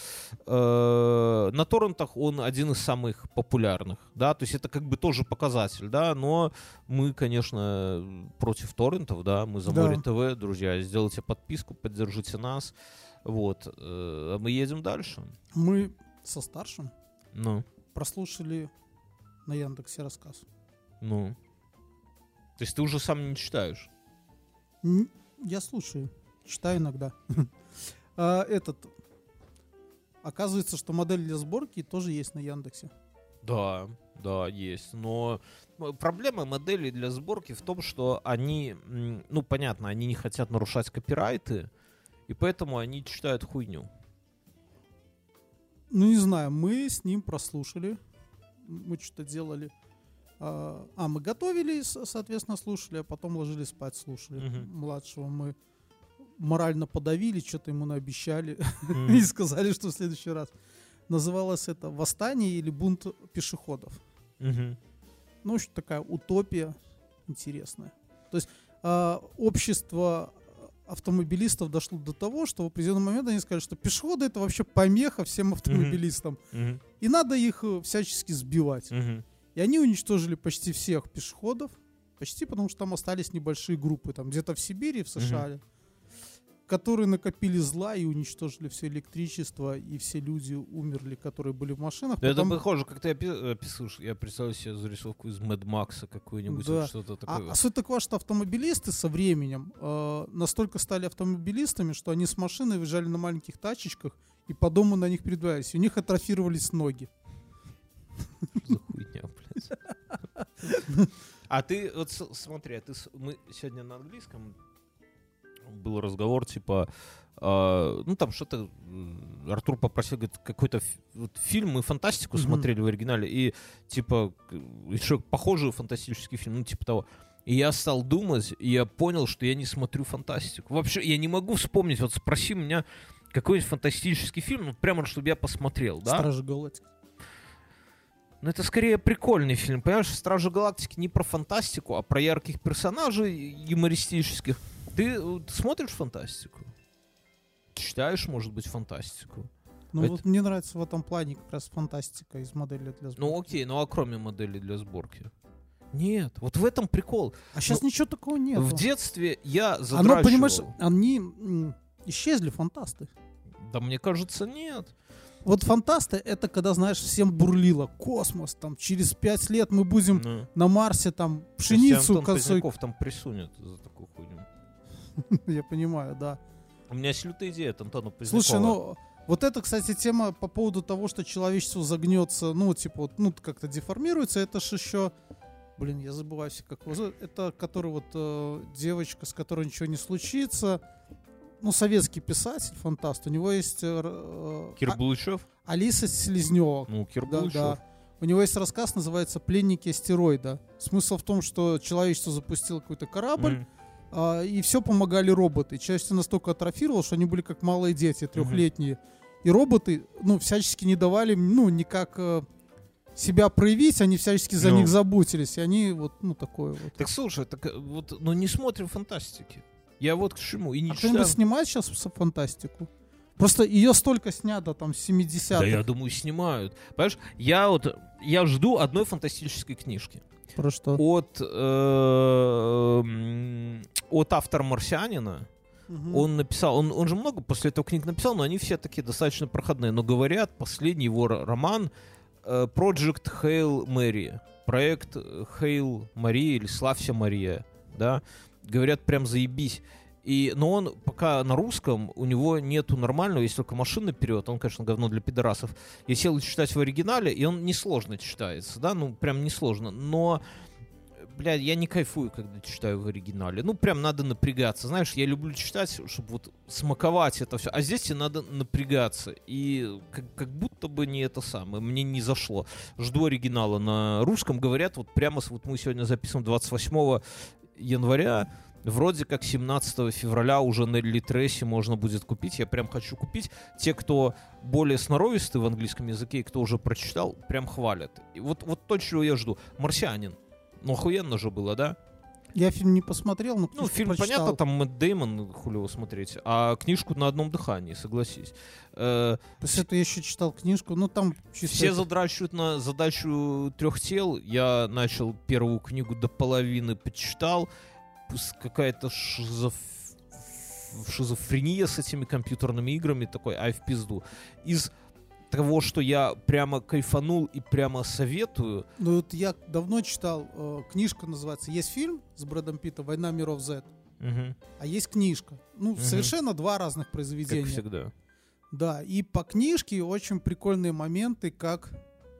Э, На торрентах он один из самых популярных, да, то есть это как бы тоже показатель, да, но мы, конечно, против торрентов, да, мы за Да. Море ТВ, друзья. Сделайте подписку, поддержите нас. Вот. Э, А мы едем дальше. Мы со старшим Ну, прослушали на Яндексе рассказ. ну. То есть ты уже сам не читаешь? Н- Я слушаю, читаю иногда. А, Этот. Оказывается, что модель для сборки тоже есть на Яндексе. Да, да, есть. Но м, проблема моделей для сборки в том, что они, м, ну, понятно, они не хотят нарушать копирайты, и поэтому они читают хуйню. Ну, не знаю, мы с ним прослушали. Мы что-то делали. А, а, мы готовили, с- соответственно, слушали, а потом ложились спать, слушали. Мгм. Младшего мы морально подавили, что-то ему наобещали М. и сказали, что в следующий раз. Называлось это «Восстание» или «Бунт пешеходов». Мгм. Ну, в общем, такая утопия интересная. То есть а, общество автомобилистов дошло до того, что в определенный момент они сказали, что пешеходы — это вообще помеха всем автомобилистам. Мгм. И надо их э, всячески сбивать. Мгм. И они уничтожили почти всех пешеходов. Почти, потому что там остались небольшие группы. Там где-то в Сибири, в США, которые накопили зла и уничтожили все электричество. И все люди умерли, которые были в машинах. Да это Потом- похоже, как ты опи- описываешь. Я представляю себе зарисовку из Мэд Макса какую-нибудь, Да. вот что-то А, такое. а суть такова, что автомобилисты со временем э, настолько стали автомобилистами, что они с машины выезжали на маленьких тачечках и по дому на них передвигались. У них атрофировались ноги. Что за хуйня, блядь. А ты, вот с- смотри, а ты, с- мы сегодня на английском был разговор, типа, а, ну там что-то, м, Артур попросил, говорит, какой-то фи- вот фильм, мы фантастику Мгм. смотрели в оригинале, и типа, к- еще похожий фантастический фильм, ну типа того. И я стал думать, и я понял, что я не смотрю фантастику. Вообще, я не могу вспомнить, вот спроси меня какой-нибудь фантастический фильм, ну прямо, чтобы я посмотрел, да? Стражи Галактики. Ну, это скорее прикольный фильм. Понимаешь, «Стражи Галактики» не про фантастику, а про ярких персонажей юмористических. Ты, э, ты смотришь фантастику? Читаешь, может быть, фантастику? Ну Это- вот мне нравится в этом плане как раз фантастика из модели для сборки. Ну, окей, ну а кроме модели для сборки? Нет, вот в этом прикол. А сейчас ну, ничего такого нет. В детстве я задрачивал. Оно, понимаешь, они м, исчезли, фантасты. Да мне кажется, нет. Вот фантасты — это когда, знаешь, всем бурлило. Космос, там, через пять лет мы будем Ну, на Марсе, там, если пшеницу Антон косой. Поздняков там присунет за такую хуйню. Я понимаю, да. У меня есть лютая идея от Антона Позднякова. Слушай, ну, вот это, кстати, тема по поводу того, что человечество загнется, ну, типа, вот, ну, как-то деформируется, это ж еще... Блин, я забываю все, как его зовут. Это который вот э, девочка, с которой ничего не случится. Ну, советский писатель, фантаст. У него есть... э, э, Кир А- Булычев? Алиса Селезнева. Ну, Кир Да, Булычев. да. У него есть рассказ, называется «Пленники астероида». Смысл в том, что человечество запустило какой-то корабль, Мгм. а, и все помогали роботы. Человечество настолько атрофировало, что они были как малые дети, трехлетние. И роботы, ну, всячески не давали, ну, никак э, себя проявить, они всячески за Ну. них заботились. И они вот, ну, такое вот. Так слушай, так э, вот, ну не смотрим фантастики. Я вот к чему и не А читаю. кто-нибудь снимает сейчас фантастику? Просто ее столько снято, там, с Да, семидесятых. я думаю, снимают. Понимаешь, я вот я жду одной фантастической книжки Про что? от э, м, от автора «Марсианина». Мгм. Он написал, он, он же много после этого книг написал, но они все такие достаточно проходные. Но говорят, последний его ро- роман э, Project Hail Mary, проект Hail Maria или Славься Мария, да, говорят, прям заебись. И, но он пока на русском, у него нету нормального, есть только машинный перевод, он, конечно, говно для пидорасов. Я сел читать в оригинале, и он несложно читается, да, ну, прям несложно. Но бля, я не кайфую, когда читаю в оригинале. Ну, прям надо напрягаться. Знаешь, я люблю читать, чтобы вот смаковать это все. А здесь тебе надо напрягаться. И как, как будто бы не это самое. Мне не зашло. Жду оригинала на русском. Говорят, вот прямо, вот мы сегодня записываем двадцать восьмого января. Вроде как семнадцатого февраля уже на Литресе можно будет купить. Я прям хочу купить. Те, кто более сноровистый в английском языке и кто уже прочитал, прям хвалят. И вот, вот то, чего я жду. «Марсианин». Ну, охуенно же было, да? Я фильм не посмотрел, но Ну, фильм, прочитал. понятно, там Мэтт Дэймон, хули его смотреть. А книжку на одном дыхании, согласись. Э, После этого я еще читал книжку, ну там чисто... все это- задрачивают на задачу трех тел. Я начал первую книгу до половины, почитал. Пус- Какая-то шизоф... шизофрения с этими компьютерными играми. Такой, ай в пизду. Из того, что я прямо кайфанул и прямо советую. Ну вот я давно читал, э, книжка называется, есть фильм с Брэдом Питтом «Война миров Z», Мгм. а есть книжка. Ну, Мгм. совершенно два разных Как произведения. всегда. Да, и по книжке очень прикольные моменты, как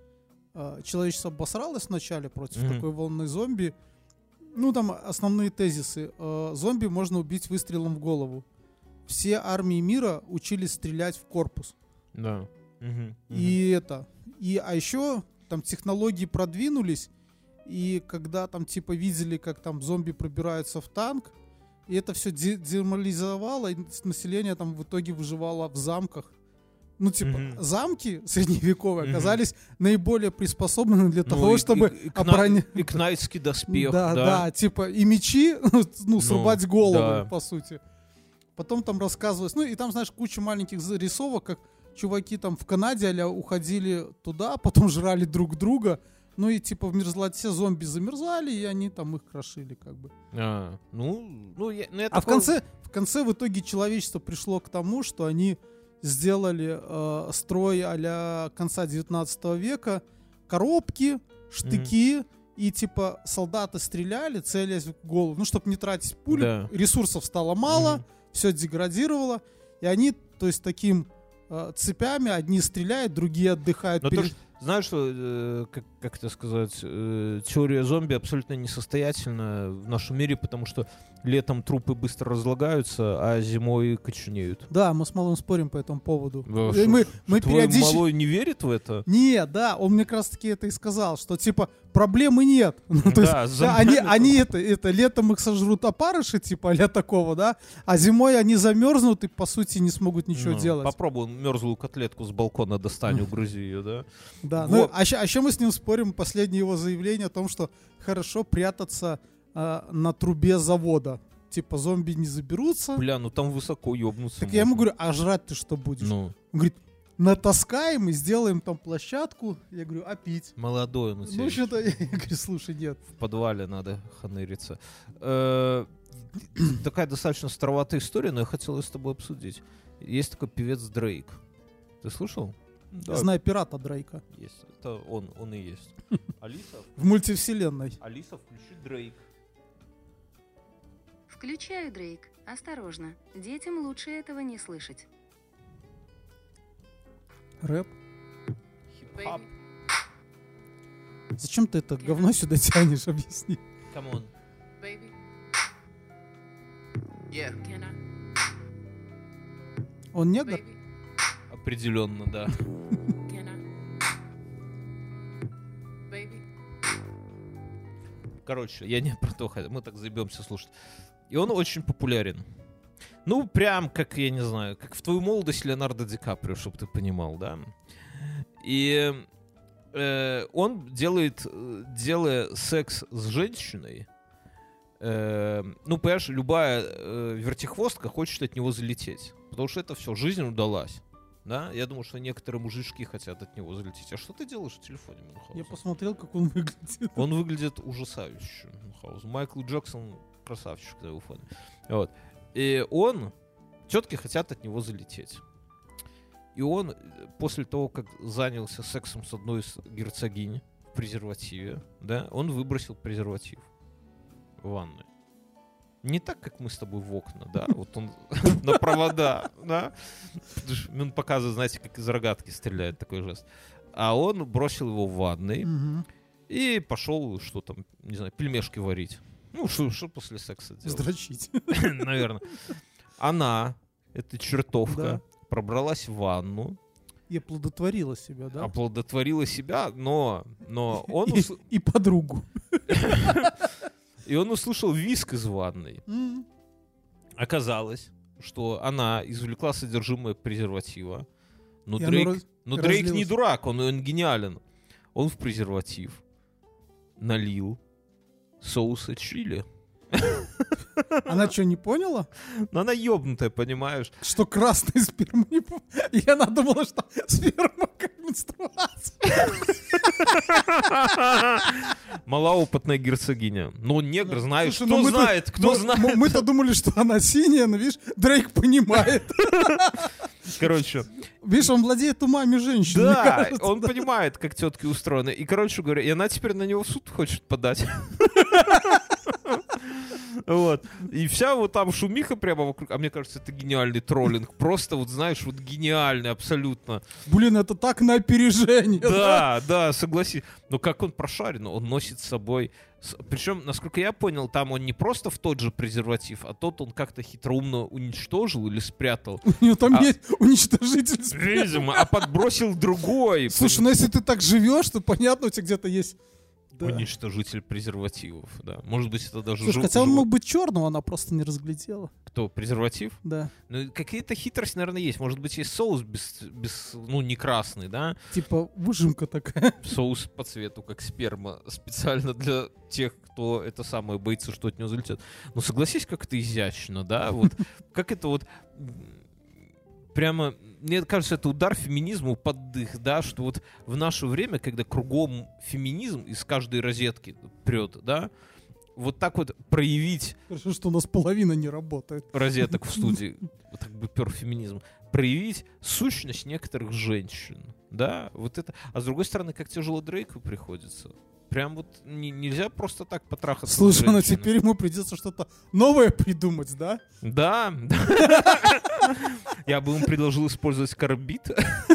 э, человечество обосралось вначале против Мгм. такой волны зомби. Ну, там основные тезисы. Э, зомби можно убить выстрелом в голову. Все армии мира учились стрелять в корпус. Да. Мгм. И это. И, а еще там технологии продвинулись, и когда там типа видели, как там зомби пробираются в танк, и это все де- деморализовало, и население там в итоге выживало в замках. Ну, типа, Мгм. замки средневековые Мгм. оказались наиболее приспособлены для Ну, того, и- чтобы и, и, обороня- кна- и кнайтский доспех. Да, да. да, типа, и мечи, ну, срубать головы, да. по сути. Потом там рассказывалось, ну, и там, знаешь, куча маленьких зарисовок, как чуваки там в Канаде а-ля уходили туда, потом жрали друг друга, ну, и типа в мерзлоте зомби замерзали, и они там их крошили, как бы. А, ну, ну, я, ну, я А в такой- конце, в конце в итоге человечество пришло к тому, что они сделали э, строй а-ля конца девятнадцатого века, коробки, штыки, и типа солдаты стреляли, целясь в голову, ну, чтобы не тратить пули, Да. ресурсов стало мало, Мгм. все деградировало, и они, то есть, таким э, цепями, одни стреляют, другие отдыхают. Но то, перед- что- знаешь, что, э, как, как это сказать, э, теория зомби абсолютно несостоятельна в нашем мире, потому что летом трупы быстро разлагаются, а зимой коченеют. Да, мы с Малым спорим по этому поводу. Да, И шо- мы мы Твой периодически... малой не верит в это? Не, да, он мне как раз таки это и сказал, что типа проблемы нет. Ну, то есть, Да, с да, они, зомбями они это, это летом их сожрут опарыши, типа а такого, да, а зимой они замерзнут и по сути не смогут ничего Ну, делать. Попробуй мерзлую котлетку с балкона достань, угрызи ее, да? Да, Вот. ну, а еще мы с ним спорим, последнее его заявление о том, что хорошо прятаться а, на трубе завода. Типа зомби не заберутся. Бля, ну там высоко ёбнуться Так я ему можно. говорю, а жрать ты что будешь? Ну, Он говорит, натаскаем и сделаем там площадку. Я говорю, а пить? молодой он у тебя. Ну, что-то, я говорю, слушай, нет. В подвале надо ханыриться. Э, Такая достаточно староватая история, но я хотел ее с тобой обсудить. Есть такой певец Дрейк. Ты слышал? Я знаю пирата Дрейка. Есть. Это он, он и есть. Алиса, В мультивселенной. Алиса, включи Дрейк. Включаю, Дрейк. Осторожно. Детям лучше этого не слышать. Рэп. Хип-хап. Зачем ты это говно сюда тянешь, объясни. Камон. Baby, Yeah. can I? Он негр? Baby, Определенно, да. can I? Baby, Короче, я не про то хотел. Мы так заебемся слушать. И он очень популярен. Ну, прям, как, я не знаю, как в твою молодость Леонардо Ди Каприо, чтобы ты понимал, да. И э, он делает, э, делая секс с женщиной, э, ну, понимаешь, любая э, вертихвостка хочет от него залететь. Потому что это все, жизнь удалась. Да? Я думаю, что некоторые мужички хотят от него залететь. А что ты делаешь в телефоне, Мюнхгаузен? Я посмотрел, как он выглядит. Он выглядит ужасающе. Мюнхгаузен. Майкл Джексон красавчик на его фоне. Вот. И он... Тетки хотят от него залететь. И он, после того, как занялся сексом с одной из герцогинь в презервативе, да, он выбросил презерватив в ванную. Не так, как мы с тобой в окна, да, вот он на провода, да. Он показывает, знаете, как из рогатки стреляет такой жест. А он бросил его в ванной. Мгм. И пошел, что там, не знаю, пельмешки варить. Ну, что, что после секса делать? Сдрочить. Наверное. Она, эта чертовка, Да. пробралась в ванну, И оплодотворила себя, да? оплодотворила себя, но, но он, И, усл- и подругу. и он услышал визг из ванной. М. Оказалось, что она извлекла содержимое презерватива. Но И оно Дрейк, раз- но Дрейк не разлилось. дурак, он, он гениален. Он в презерватив налил соуса чили. Она что, не поняла? Но она ёбнутая, понимаешь? Что красной спермы не по- И она думала, что сперма как менструация. Малоопытная герцогиня. Ну, негр знает, Слушай, кто ну мы-то- знает, кто мы- знает. мы- Мы-то думали, что она синяя, но видишь, Дрейк понимает. Короче, Видишь, он владеет умами женщин, мне да, кажется. он понимает, как тетки устроены. И, короче говоря, и она теперь на него в суд хочет подать. Вот. И вся вот там шумиха прямо вокруг. А мне кажется, это гениальный троллинг. Просто вот, знаешь, вот гениальный абсолютно. Блин, это так на опережение. Да, да, согласись. Но как он прошарен, он носит с собой... с- Причем, насколько я понял, там он не просто в тот же презерватив, а тот он как-то хитроумно уничтожил или спрятал. У него там А- есть уничтожитель спермы. Видимо, а подбросил другой. Слушай, ну если ты так живешь, то понятно, у тебя где-то есть... Да. Уничтожитель презервативов, да. Может быть, это даже... Слушай, жив- хотя он живот- мог быть черного, она просто не разглядела. Кто, презерватив? Да. Ну, какие-то хитрости, наверное, есть. Может быть, есть соус без, без, ну, не красный, да? Типа выжимка такая. Соус по цвету, как сперма, специально для тех, кто это самое боится, что от него залетит. Ну, согласись, как это изящно, да? Вот как это вот м, прямо, мне кажется, это удар феминизму под дых, да, что вот в наше время, когда кругом феминизм из каждой розетки прет, да, вот так вот проявить Хорошо, что у нас половина не работает. розеток в студии, вот так бы пер феминизм, проявить сущность некоторых женщин, да, вот это. А с другой стороны, как тяжело Дрейку приходится. Прям вот не- нельзя просто так потрахаться. с Слушай, ну женщиной. теперь ему придется что-то новое придумать, да? Да. Я бы ему предложил использовать карбид.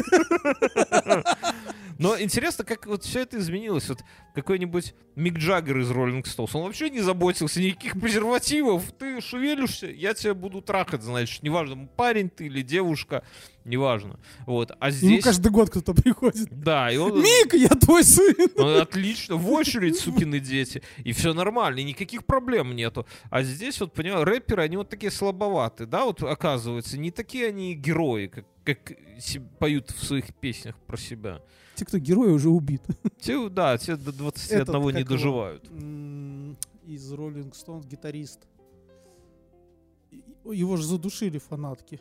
Но интересно, как вот все это изменилось. Вот какой-нибудь Мик Джаггер из Rolling Stones, он вообще не заботился, никаких презервативов. Ты шевелишься, я тебя буду трахать, значит. Неважно, парень ты или девушка, неважно. Вот. А Ему здесь... каждый год кто-то приходит. Да, и он... Мик, я твой сын! Ну, отлично, в очередь, сукины дети. И все нормально, и никаких проблем нету. А здесь, вот, понимаю, рэперы, они вот такие слабоваты, да, вот, оказывается. Не такие они герои, как, как се- поют в своих песнях про себя. Те, кто герой, уже убит. Те, да, те до двадцати Этот, одного не как его? доживают. М, Из Rolling Stones гитарист. И- Его же задушили фанатки.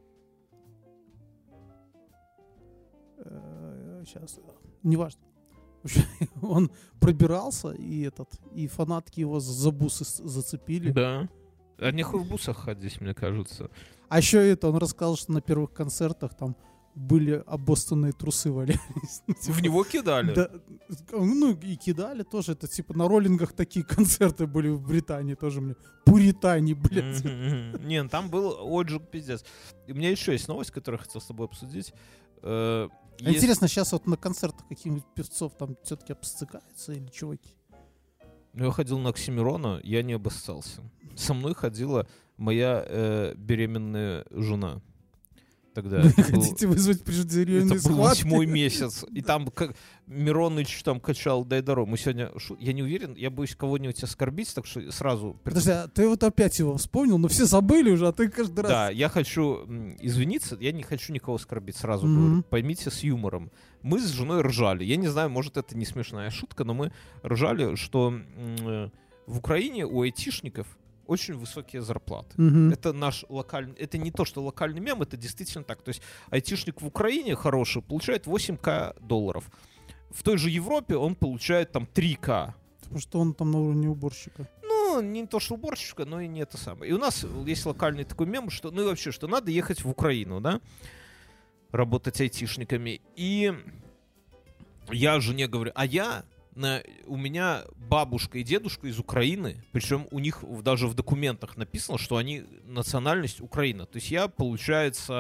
Сейчас. Неважно. В общем, он пробирался, и этот, и фанатки его за бусы с- зацепили. Да. А нехуй в бусах ходить, мне кажется. А еще это, он рассказал, что на первых концертах там были обоссанные трусы валялись. Ну, типа, В него кидали. да, ну и кидали тоже. Это типа на роллингах такие концерты были в Британии тоже, мне. Пуритане, блядь. Мгм, мгм. Не, ну там был отжиг пиздец. И у меня еще есть новость, которую я хотел с тобой обсудить. Э, А есть- интересно, сейчас вот на концертах каких-нибудь певцов там все-таки обстыкаются или чуваки? Ну, я ходил на Оксимирона, я не обоссался. Со мной ходила моя э, беременная жена. Тогда Вы это был, хотите вызвать преждеревные это был схватки? восьмой месяц. И там как Мироныч там качал дай дорогу. Мы сегодня... шу- Я не уверен, я боюсь кого-нибудь оскорбить, так что сразу... Подожди, а ты вот опять его вспомнил, но все забыли уже, а ты каждый раз... Да, я хочу м, извиниться, я не хочу никого оскорбить, сразу Мгм. говорю. Поймите с юмором. Мы с женой ржали. Я не знаю, может, это не смешная шутка, но мы ржали, что м, э, в Украине у айтишников очень высокие зарплаты. Мгм. Это наш локальный... Это не то, что локальный мем, это действительно так. То есть айтишник в Украине хороший получает восемь тысяч долларов. В той же Европе он получает там три тысячи. Потому что он там на уровне уборщика. Ну, не то, что уборщика, но и не это самое. И у нас есть локальный такой мем, что, ну и вообще, что надо ехать в Украину, да, работать айтишниками. И я жене говорю, а я, на, у меня бабушка и дедушка из Украины, причем у них в- даже в документах написано, что они национальность Украина. То есть я, получается,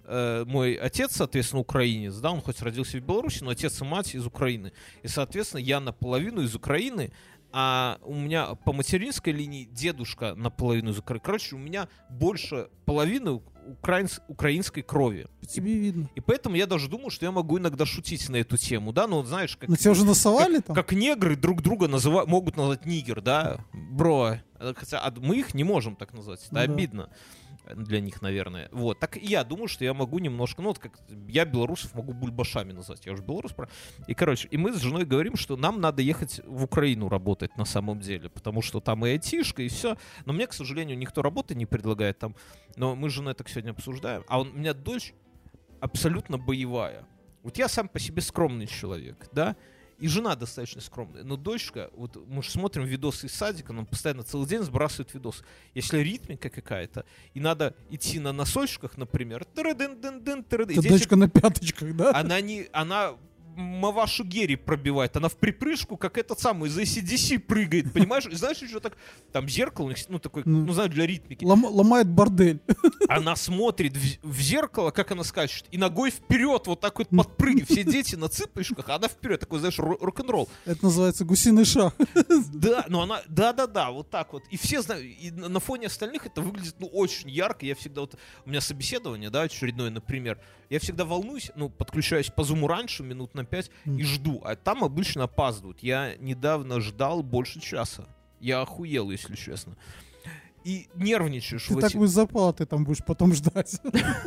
э, мой отец, соответственно, украинец, да, он хоть родился в Беларуси, но отец и мать из Украины. И, соответственно, я наполовину из Украины, а у меня по материнской линии дедушка наполовину из Украины. Короче, у меня больше половины украинс- украинской крови. По тебе видно. И поэтому я даже думаю, что я могу иногда шутить на эту тему, да, ну, знаешь, как... Но тебя уже насовали как, там? как негры друг друга называ- могут назвать нигер, да, бро. Хотя а мы их не можем так назвать, это Ну да. обидно для них, наверное. Вот, так и я думаю, что я могу немножко, ну, вот как я белорусов могу бульбашами назвать, я уже белорус. Про... И, короче, и мы с женой говорим, что нам надо ехать в Украину работать на самом деле, потому что там и айтишка, и все. Но мне, к сожалению, никто работы не предлагает там. Но мы с женой так сегодня обсуждаем. А он, у меня дочь абсолютно боевая. Вот я сам по себе скромный человек, да, и жена достаточно скромная. Но дочка, вот мы же смотрим видосы из садика, нам постоянно целый день сбрасывают видосы. Если ритмика какая-то, и надо идти на носочках, например, тыры-дын-дын-дын, тыры-дын. И Это дети- дочка на пяточках, да? она не, она Мавашу Герри пробивает, она в припрыжку, как этот самый из эй си ди си прыгает, понимаешь? И знаешь, еще так, там зеркало, у них, ну, такой, Ну. ну, знаешь, для ритмики. Лом- ломает бордель. Она смотрит в, в зеркало, как она скачет, и ногой вперед, вот так вот подпрыгивает. Все дети на цыпочках, а она вперед, такой, знаешь, ро- рок-н-ролл. Это называется гусиный шаг. Да, но она, да-да-да, вот так вот. И все знают, и на на фоне остальных это выглядит, ну, очень ярко. Я всегда вот, у меня собеседование, да, очередное, например, я всегда волнуюсь, ну, подключаюсь по зуму раньше, минут на пять, и жду, а там обычно опаздывают. Я недавно ждал больше часа. Я охуел, если честно. И нервничаешь Ты в так эти... будешь запал, ты там будешь потом ждать.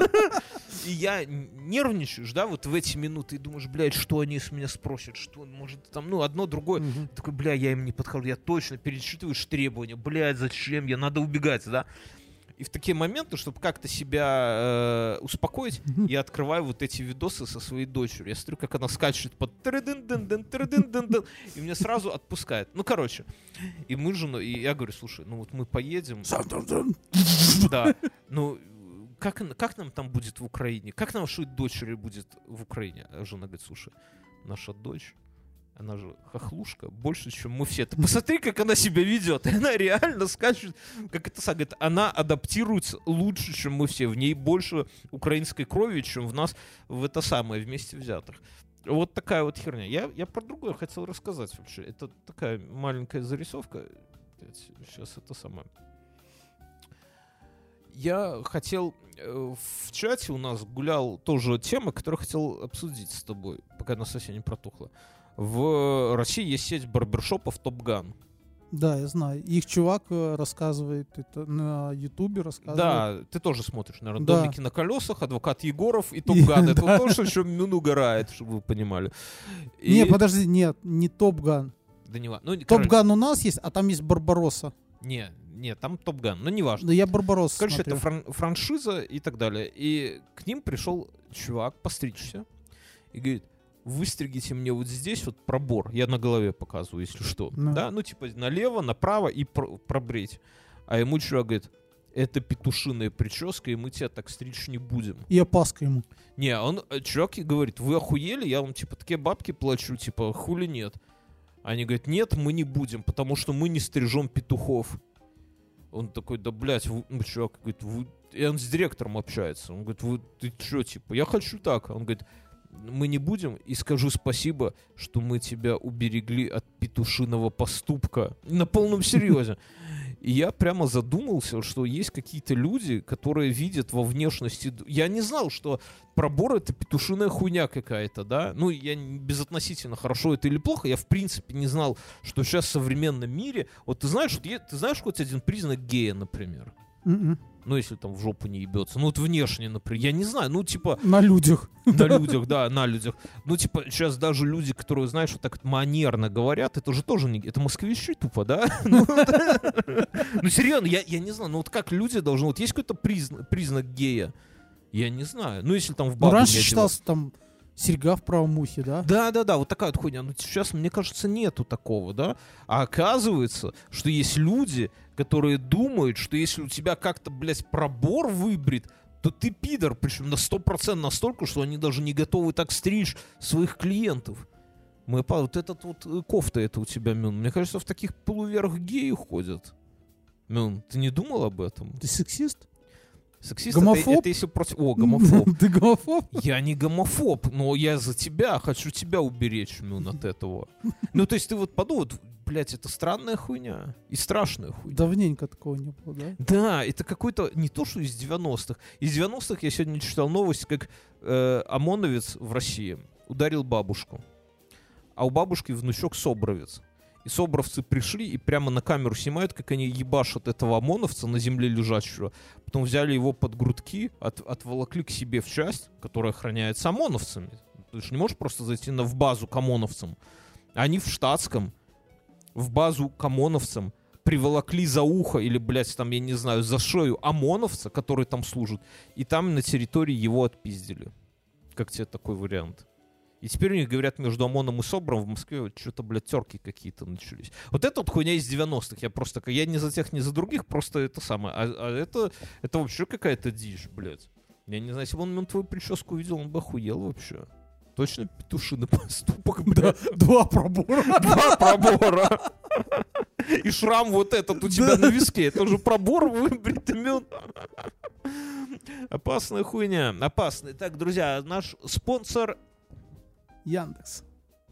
И я нервничаешь, да, вот в эти минуты, и думаешь, блядь, что они с меня спросят, что, может, там, ну, одно, другое. Мгм. Такой, бля, я им не подхожу, я точно перечитываешь требования, блядь, зачем я, надо убегать, да. И в такие моменты, чтобы как-то себя э, успокоить, Мгм. я открываю вот эти видосы со своей дочерью. Я смотрю, как она скачет под тыры-дын-дын-дын, тыры-дын-дын-дын, и меня сразу отпускает. Ну, короче, и мы же, ну, и я говорю, слушай, ну вот мы поедем, да, ну, как, как нам там будет в Украине? Как нам нашей дочери будет в Украине? А жена говорит, слушай, наша дочь, она же хохлушка, больше, чем мы все. Ты посмотри, как она себя ведет. И она реально скачет, как это сам говорит, она адаптируется лучше, чем мы все. В ней больше украинской крови, чем в нас в это самое вместе взятых. Вот такая вот херня. Я, я про другое хотел рассказать вообще. Это такая маленькая зарисовка. Сейчас это самое. Я хотел... э, В чате у нас гулял тоже тема, которую хотел обсудить с тобой, пока она совсем не протухла. В России есть сеть барбершопов Top Gun. Да, я знаю. Их чувак э, рассказывает это на Ютубе, рассказывает. Да, ты тоже смотришь, наверное, Да. «Домики на колесах», «Адвокат Егоров» и Топ И- Ган. Это да. то, что еще Мюн угорает, чтобы вы понимали. И- Не, подожди, нет, не Топ Ган. Да не ва- ну, Топ короче, Ган у нас есть, а там есть Барбаросса. Не, не, там Топ Ган, но неважно. Да я Барбаросса Короче, смотрел. это фран- франшиза и так далее. И к ним пришел чувак постричься и говорит, выстригите мне вот здесь вот пробор. Я на голове показываю, если что. Ну. Да, ну типа налево, направо и пр- пробрить. А ему чувак говорит, это петушиная прическа, и мы тебя так стричь не будем. И опаска ему. Не, он, э, чувак и говорит, вы охуели, я вам типа такие бабки плачу, типа хули нет. Они говорят, нет, мы не будем, потому что мы не стрижем петухов. Он такой, да, блядь, вы, ну, чувак говорит, вы... И он с директором общается. Он говорит, вы, ты чё, типа, я хочу так. Он говорит, мы не будем, и скажу спасибо, что мы тебя уберегли от петушиного поступка. На полном серьезе. И я прямо задумался, что есть какие-то люди, которые видят во внешности... Я не знал, что пробор — это петушиная хуйня какая-то, да? Ну, я не- безотносительно, хорошо это или плохо, я в принципе не знал, что сейчас в современном мире... Вот ты знаешь, вот е- ты знаешь хоть один признак гея, например? М-м. Ну, если там в жопу не ебется. Ну, вот внешне, например. Я не знаю, ну, типа... На людях. На людях, да, на людях. Ну, типа, сейчас даже люди, которые, знаешь, вот так манерно говорят, это же тоже не... Это москвичи тупо, да? Ну, ну, серьезно, я, я не знаю, ну вот как люди должны... Вот есть какой-то призна- признак гея? Я не знаю. Ну, если там в Ну, бабу раньше не считался там серьга в правом ухе, да? да, да, да, вот такая вот хуйня. Но сейчас, мне кажется, нету такого, да? А оказывается, что есть люди, которые думают, что если у тебя как-то, блядь, пробор выбрит, то ты пидор, причем на сто процентов настолько, что они даже не готовы так стричь своих клиентов. Мы, па- вот этот вот э, кофта это у тебя, Мюн. Мне кажется, в таких полуверх геи ходят. Мюн, ты не думал об этом? Ты сексист? Сексист Гомофоб? Это, это если против... О, гомофоб. Ты гомофоб? Я не гомофоб, но я за тебя, хочу тебя уберечь, Мюн, от этого. Ну, то есть ты вот подумай, вот, блядь, это странная хуйня и страшная хуйня. Давненько такого не было, да? Да, это какой-то, не то, что из девяностых. Из девяностых я сегодня читал новость, как э, ОМОНовец в России ударил бабушку. А у бабушки внучок собровец. И собровцы пришли и прямо на камеру снимают, как они ебашат этого ОМОНовца на земле лежащего. Потом взяли его под грудки, от, отволокли к себе в часть, которая охраняется ОМОНовцами. Ты же не можешь просто зайти на, в базу к ОМОНовцам. Они в штатском, в базу к ОМОНовцам приволокли за ухо или, блядь, там, я не знаю, за шею ОМОНовца, который там служит. И там на территории его отпиздили. Как тебе такой вариант? И теперь у них, говорят, между ОМОНом и СОБРом в Москве вот что-то, блядь, терки какие-то начались. Вот это вот хуйня из девяностых. Я просто, я не за тех, не за других, просто это самое. А, а это, это вообще какая-то дичь, блядь. Я не знаю, если бы он твою прическу увидел, он бы охуел вообще. Точно петушиный поступок, Да, два пробора. Два пробора. И шрам вот этот у тебя на виске. Это уже пробор выбрит имен. Опасная хуйня. Опасная. Так, друзья, наш спонсор... Яндекс.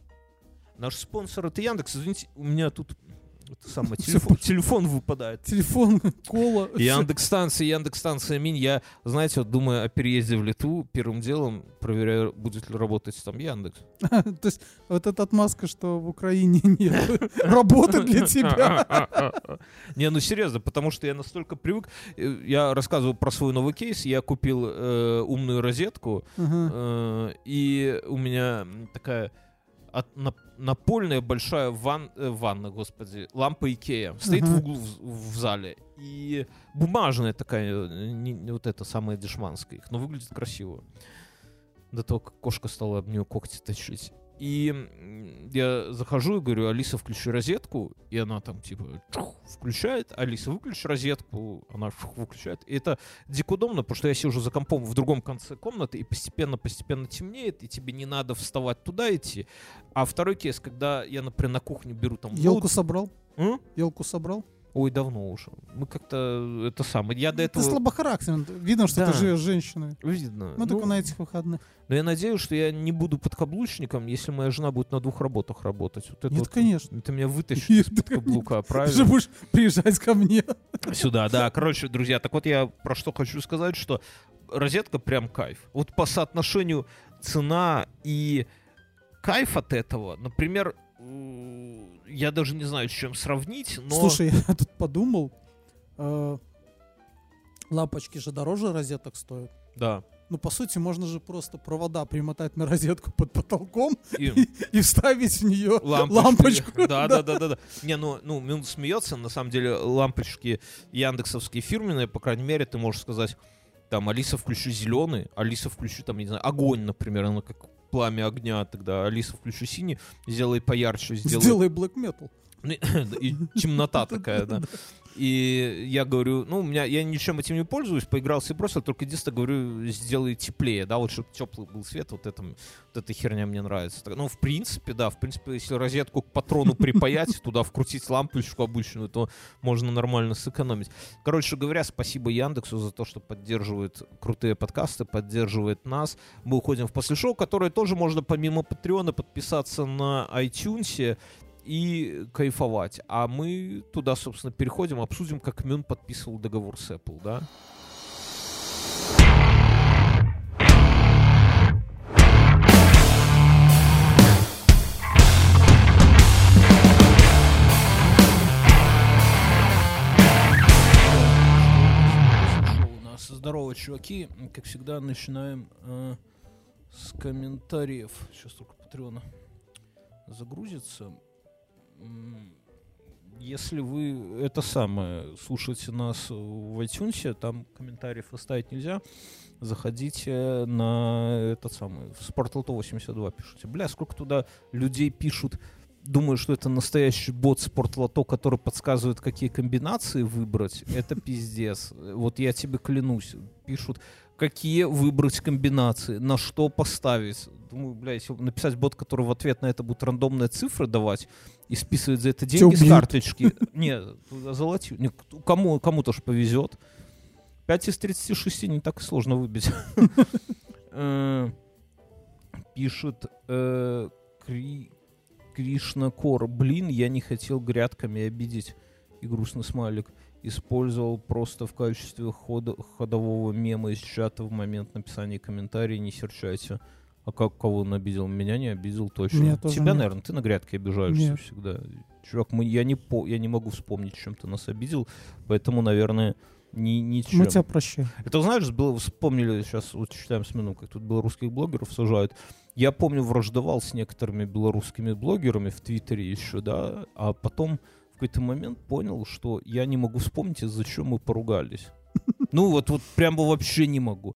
Наш спонсор — это Яндекс. Извините, у меня тут это самое, телефон, телефон выпадает. Телефон, кола. Яндекс-станция, Яндекс-станция Минь. Я, знаете, вот думаю о переезде в Литву. Первым делом проверяю, будет ли работать там Яндекс. То есть вот эта отмазка, что в Украине нет работы для тебя. Не, ну серьезно, потому что я настолько привык. Я рассказывал про свой новый кейс. Я купил э, умную розетку, э, и у меня такая от, на, напольная большая ван, э, ванна, господи, лампа Икея стоит uh-huh. в углу в, в зале. И бумажная такая, не, не вот эта самая дешманская, но выглядит красиво. До того, как кошка стала об нее когти точить. И я захожу и говорю: Алиса, включи розетку. И она там типа чух, включает. Алиса, выключи розетку. Она чух, выключает. И это дико удобно, потому что я сижу за компом в другом конце комнаты, и постепенно-постепенно темнеет, и тебе не надо вставать туда идти. А второй кейс, когда я, например, на кухне беру там... Елку ноут... собрал? М? Елку собрал? Ой, давно уже. Мы как-то это самое. Я до этого... Ты слабохарактерный. Видно, что Да. ты живешь с женщиной. Видно. Мы Ну, только на этих выходных. Но я надеюсь, что я не буду подкаблучником, если моя жена будет на двух работах работать. Вот это Нет, вот, конечно. Это меня вытащит Нет, из-под ты- каблука, Ты же правильно? будешь приезжать ко мне. Сюда, да. Короче, друзья, так вот я про что хочу сказать, что розетка прям кайф. Вот по соотношению цена и кайф от этого, например, м, я даже не знаю, с чем сравнить, но... Слушай, я тут подумал. э, Лампочки же дороже розеток стоят. Да. Ну, по сути, можно же просто провода примотать на розетку под потолком И и вставить в нее лампочку. лампочку. Да, да, да, да, да. Не, ну, ну, Мюн смеется, на самом деле лампочки яндексовские фирменные, по крайней мере, ты можешь сказать, там, Алиса, включи зеленый, Алиса, включи, там, я не знаю, огонь, например, оно как пламя огня, тогда Алиса, включи синий, сделай поярче, сделай... Сделай black metal. Ну, и темнота такая, да. И я говорю, ну, у меня, я ничем этим не пользуюсь, поигрался и бросил, только единственное, говорю, сделай теплее, да, вот чтобы теплый был свет, вот, это, вот эта херня мне нравится. Так, ну, в принципе, да, в принципе, если розетку к патрону припаять, туда вкрутить лампочку обычную, то можно нормально сэкономить. Короче говоря, спасибо Яндексу за то, что поддерживает крутые подкасты, поддерживает нас. Мы уходим в послешоу, которое тоже можно помимо Патреона подписаться на iTunes и кайфовать. А мы туда, собственно, переходим, обсудим, как Мюн подписывал договор с Apple, да? У нас здорово, чуваки. Как всегда, начинаем э, с комментариев. Сейчас только Патреона загрузится. Если вы это самое слушаете нас в iTunes, там комментариев оставить нельзя. Заходите на этот самый в Спортлото восемьдесят два пишите. Бля, сколько туда людей пишут. Думаю, что это настоящий бот Спортлото, который подсказывает, какие комбинации выбрать. Это пиздец. Вот я тебе клянусь. Пишут, какие выбрать комбинации, на что поставить. Думаю, бля, если написать бот, который в ответ на это будет рандомные цифры давать и списывать за это деньги с карточки. Не, золотил. Кому, кому-то ж повезет. пять из тридцати шести не так и сложно выбить. Э, Пишет э, Кри- Кришна Кор. Блин, я не хотел грядками обидеть. И грустный смайлик. Использовал просто в качестве хода- ходового мема из чата в момент написания комментария. Не серчайте. А как кого он обидел? Меня не обидел точно. Меня тоже Тебя, нет. наверное, ты на грядке обижаешься Нет. всегда. Чувак, мы, я, не по, я не могу вспомнить, чем ты нас обидел, поэтому, наверное, ни, ничем. Мы тебя прощаем. Это, знаешь, было, вспомнили, сейчас вот читаем с минут, как тут белорусских блогеров сажают. Я помню, враждовал с некоторыми белорусскими блогерами в Твиттере еще, да, а потом в какой-то момент понял, что я не могу вспомнить, из-за чего мы поругались. Ну вот, вот прям вообще не могу.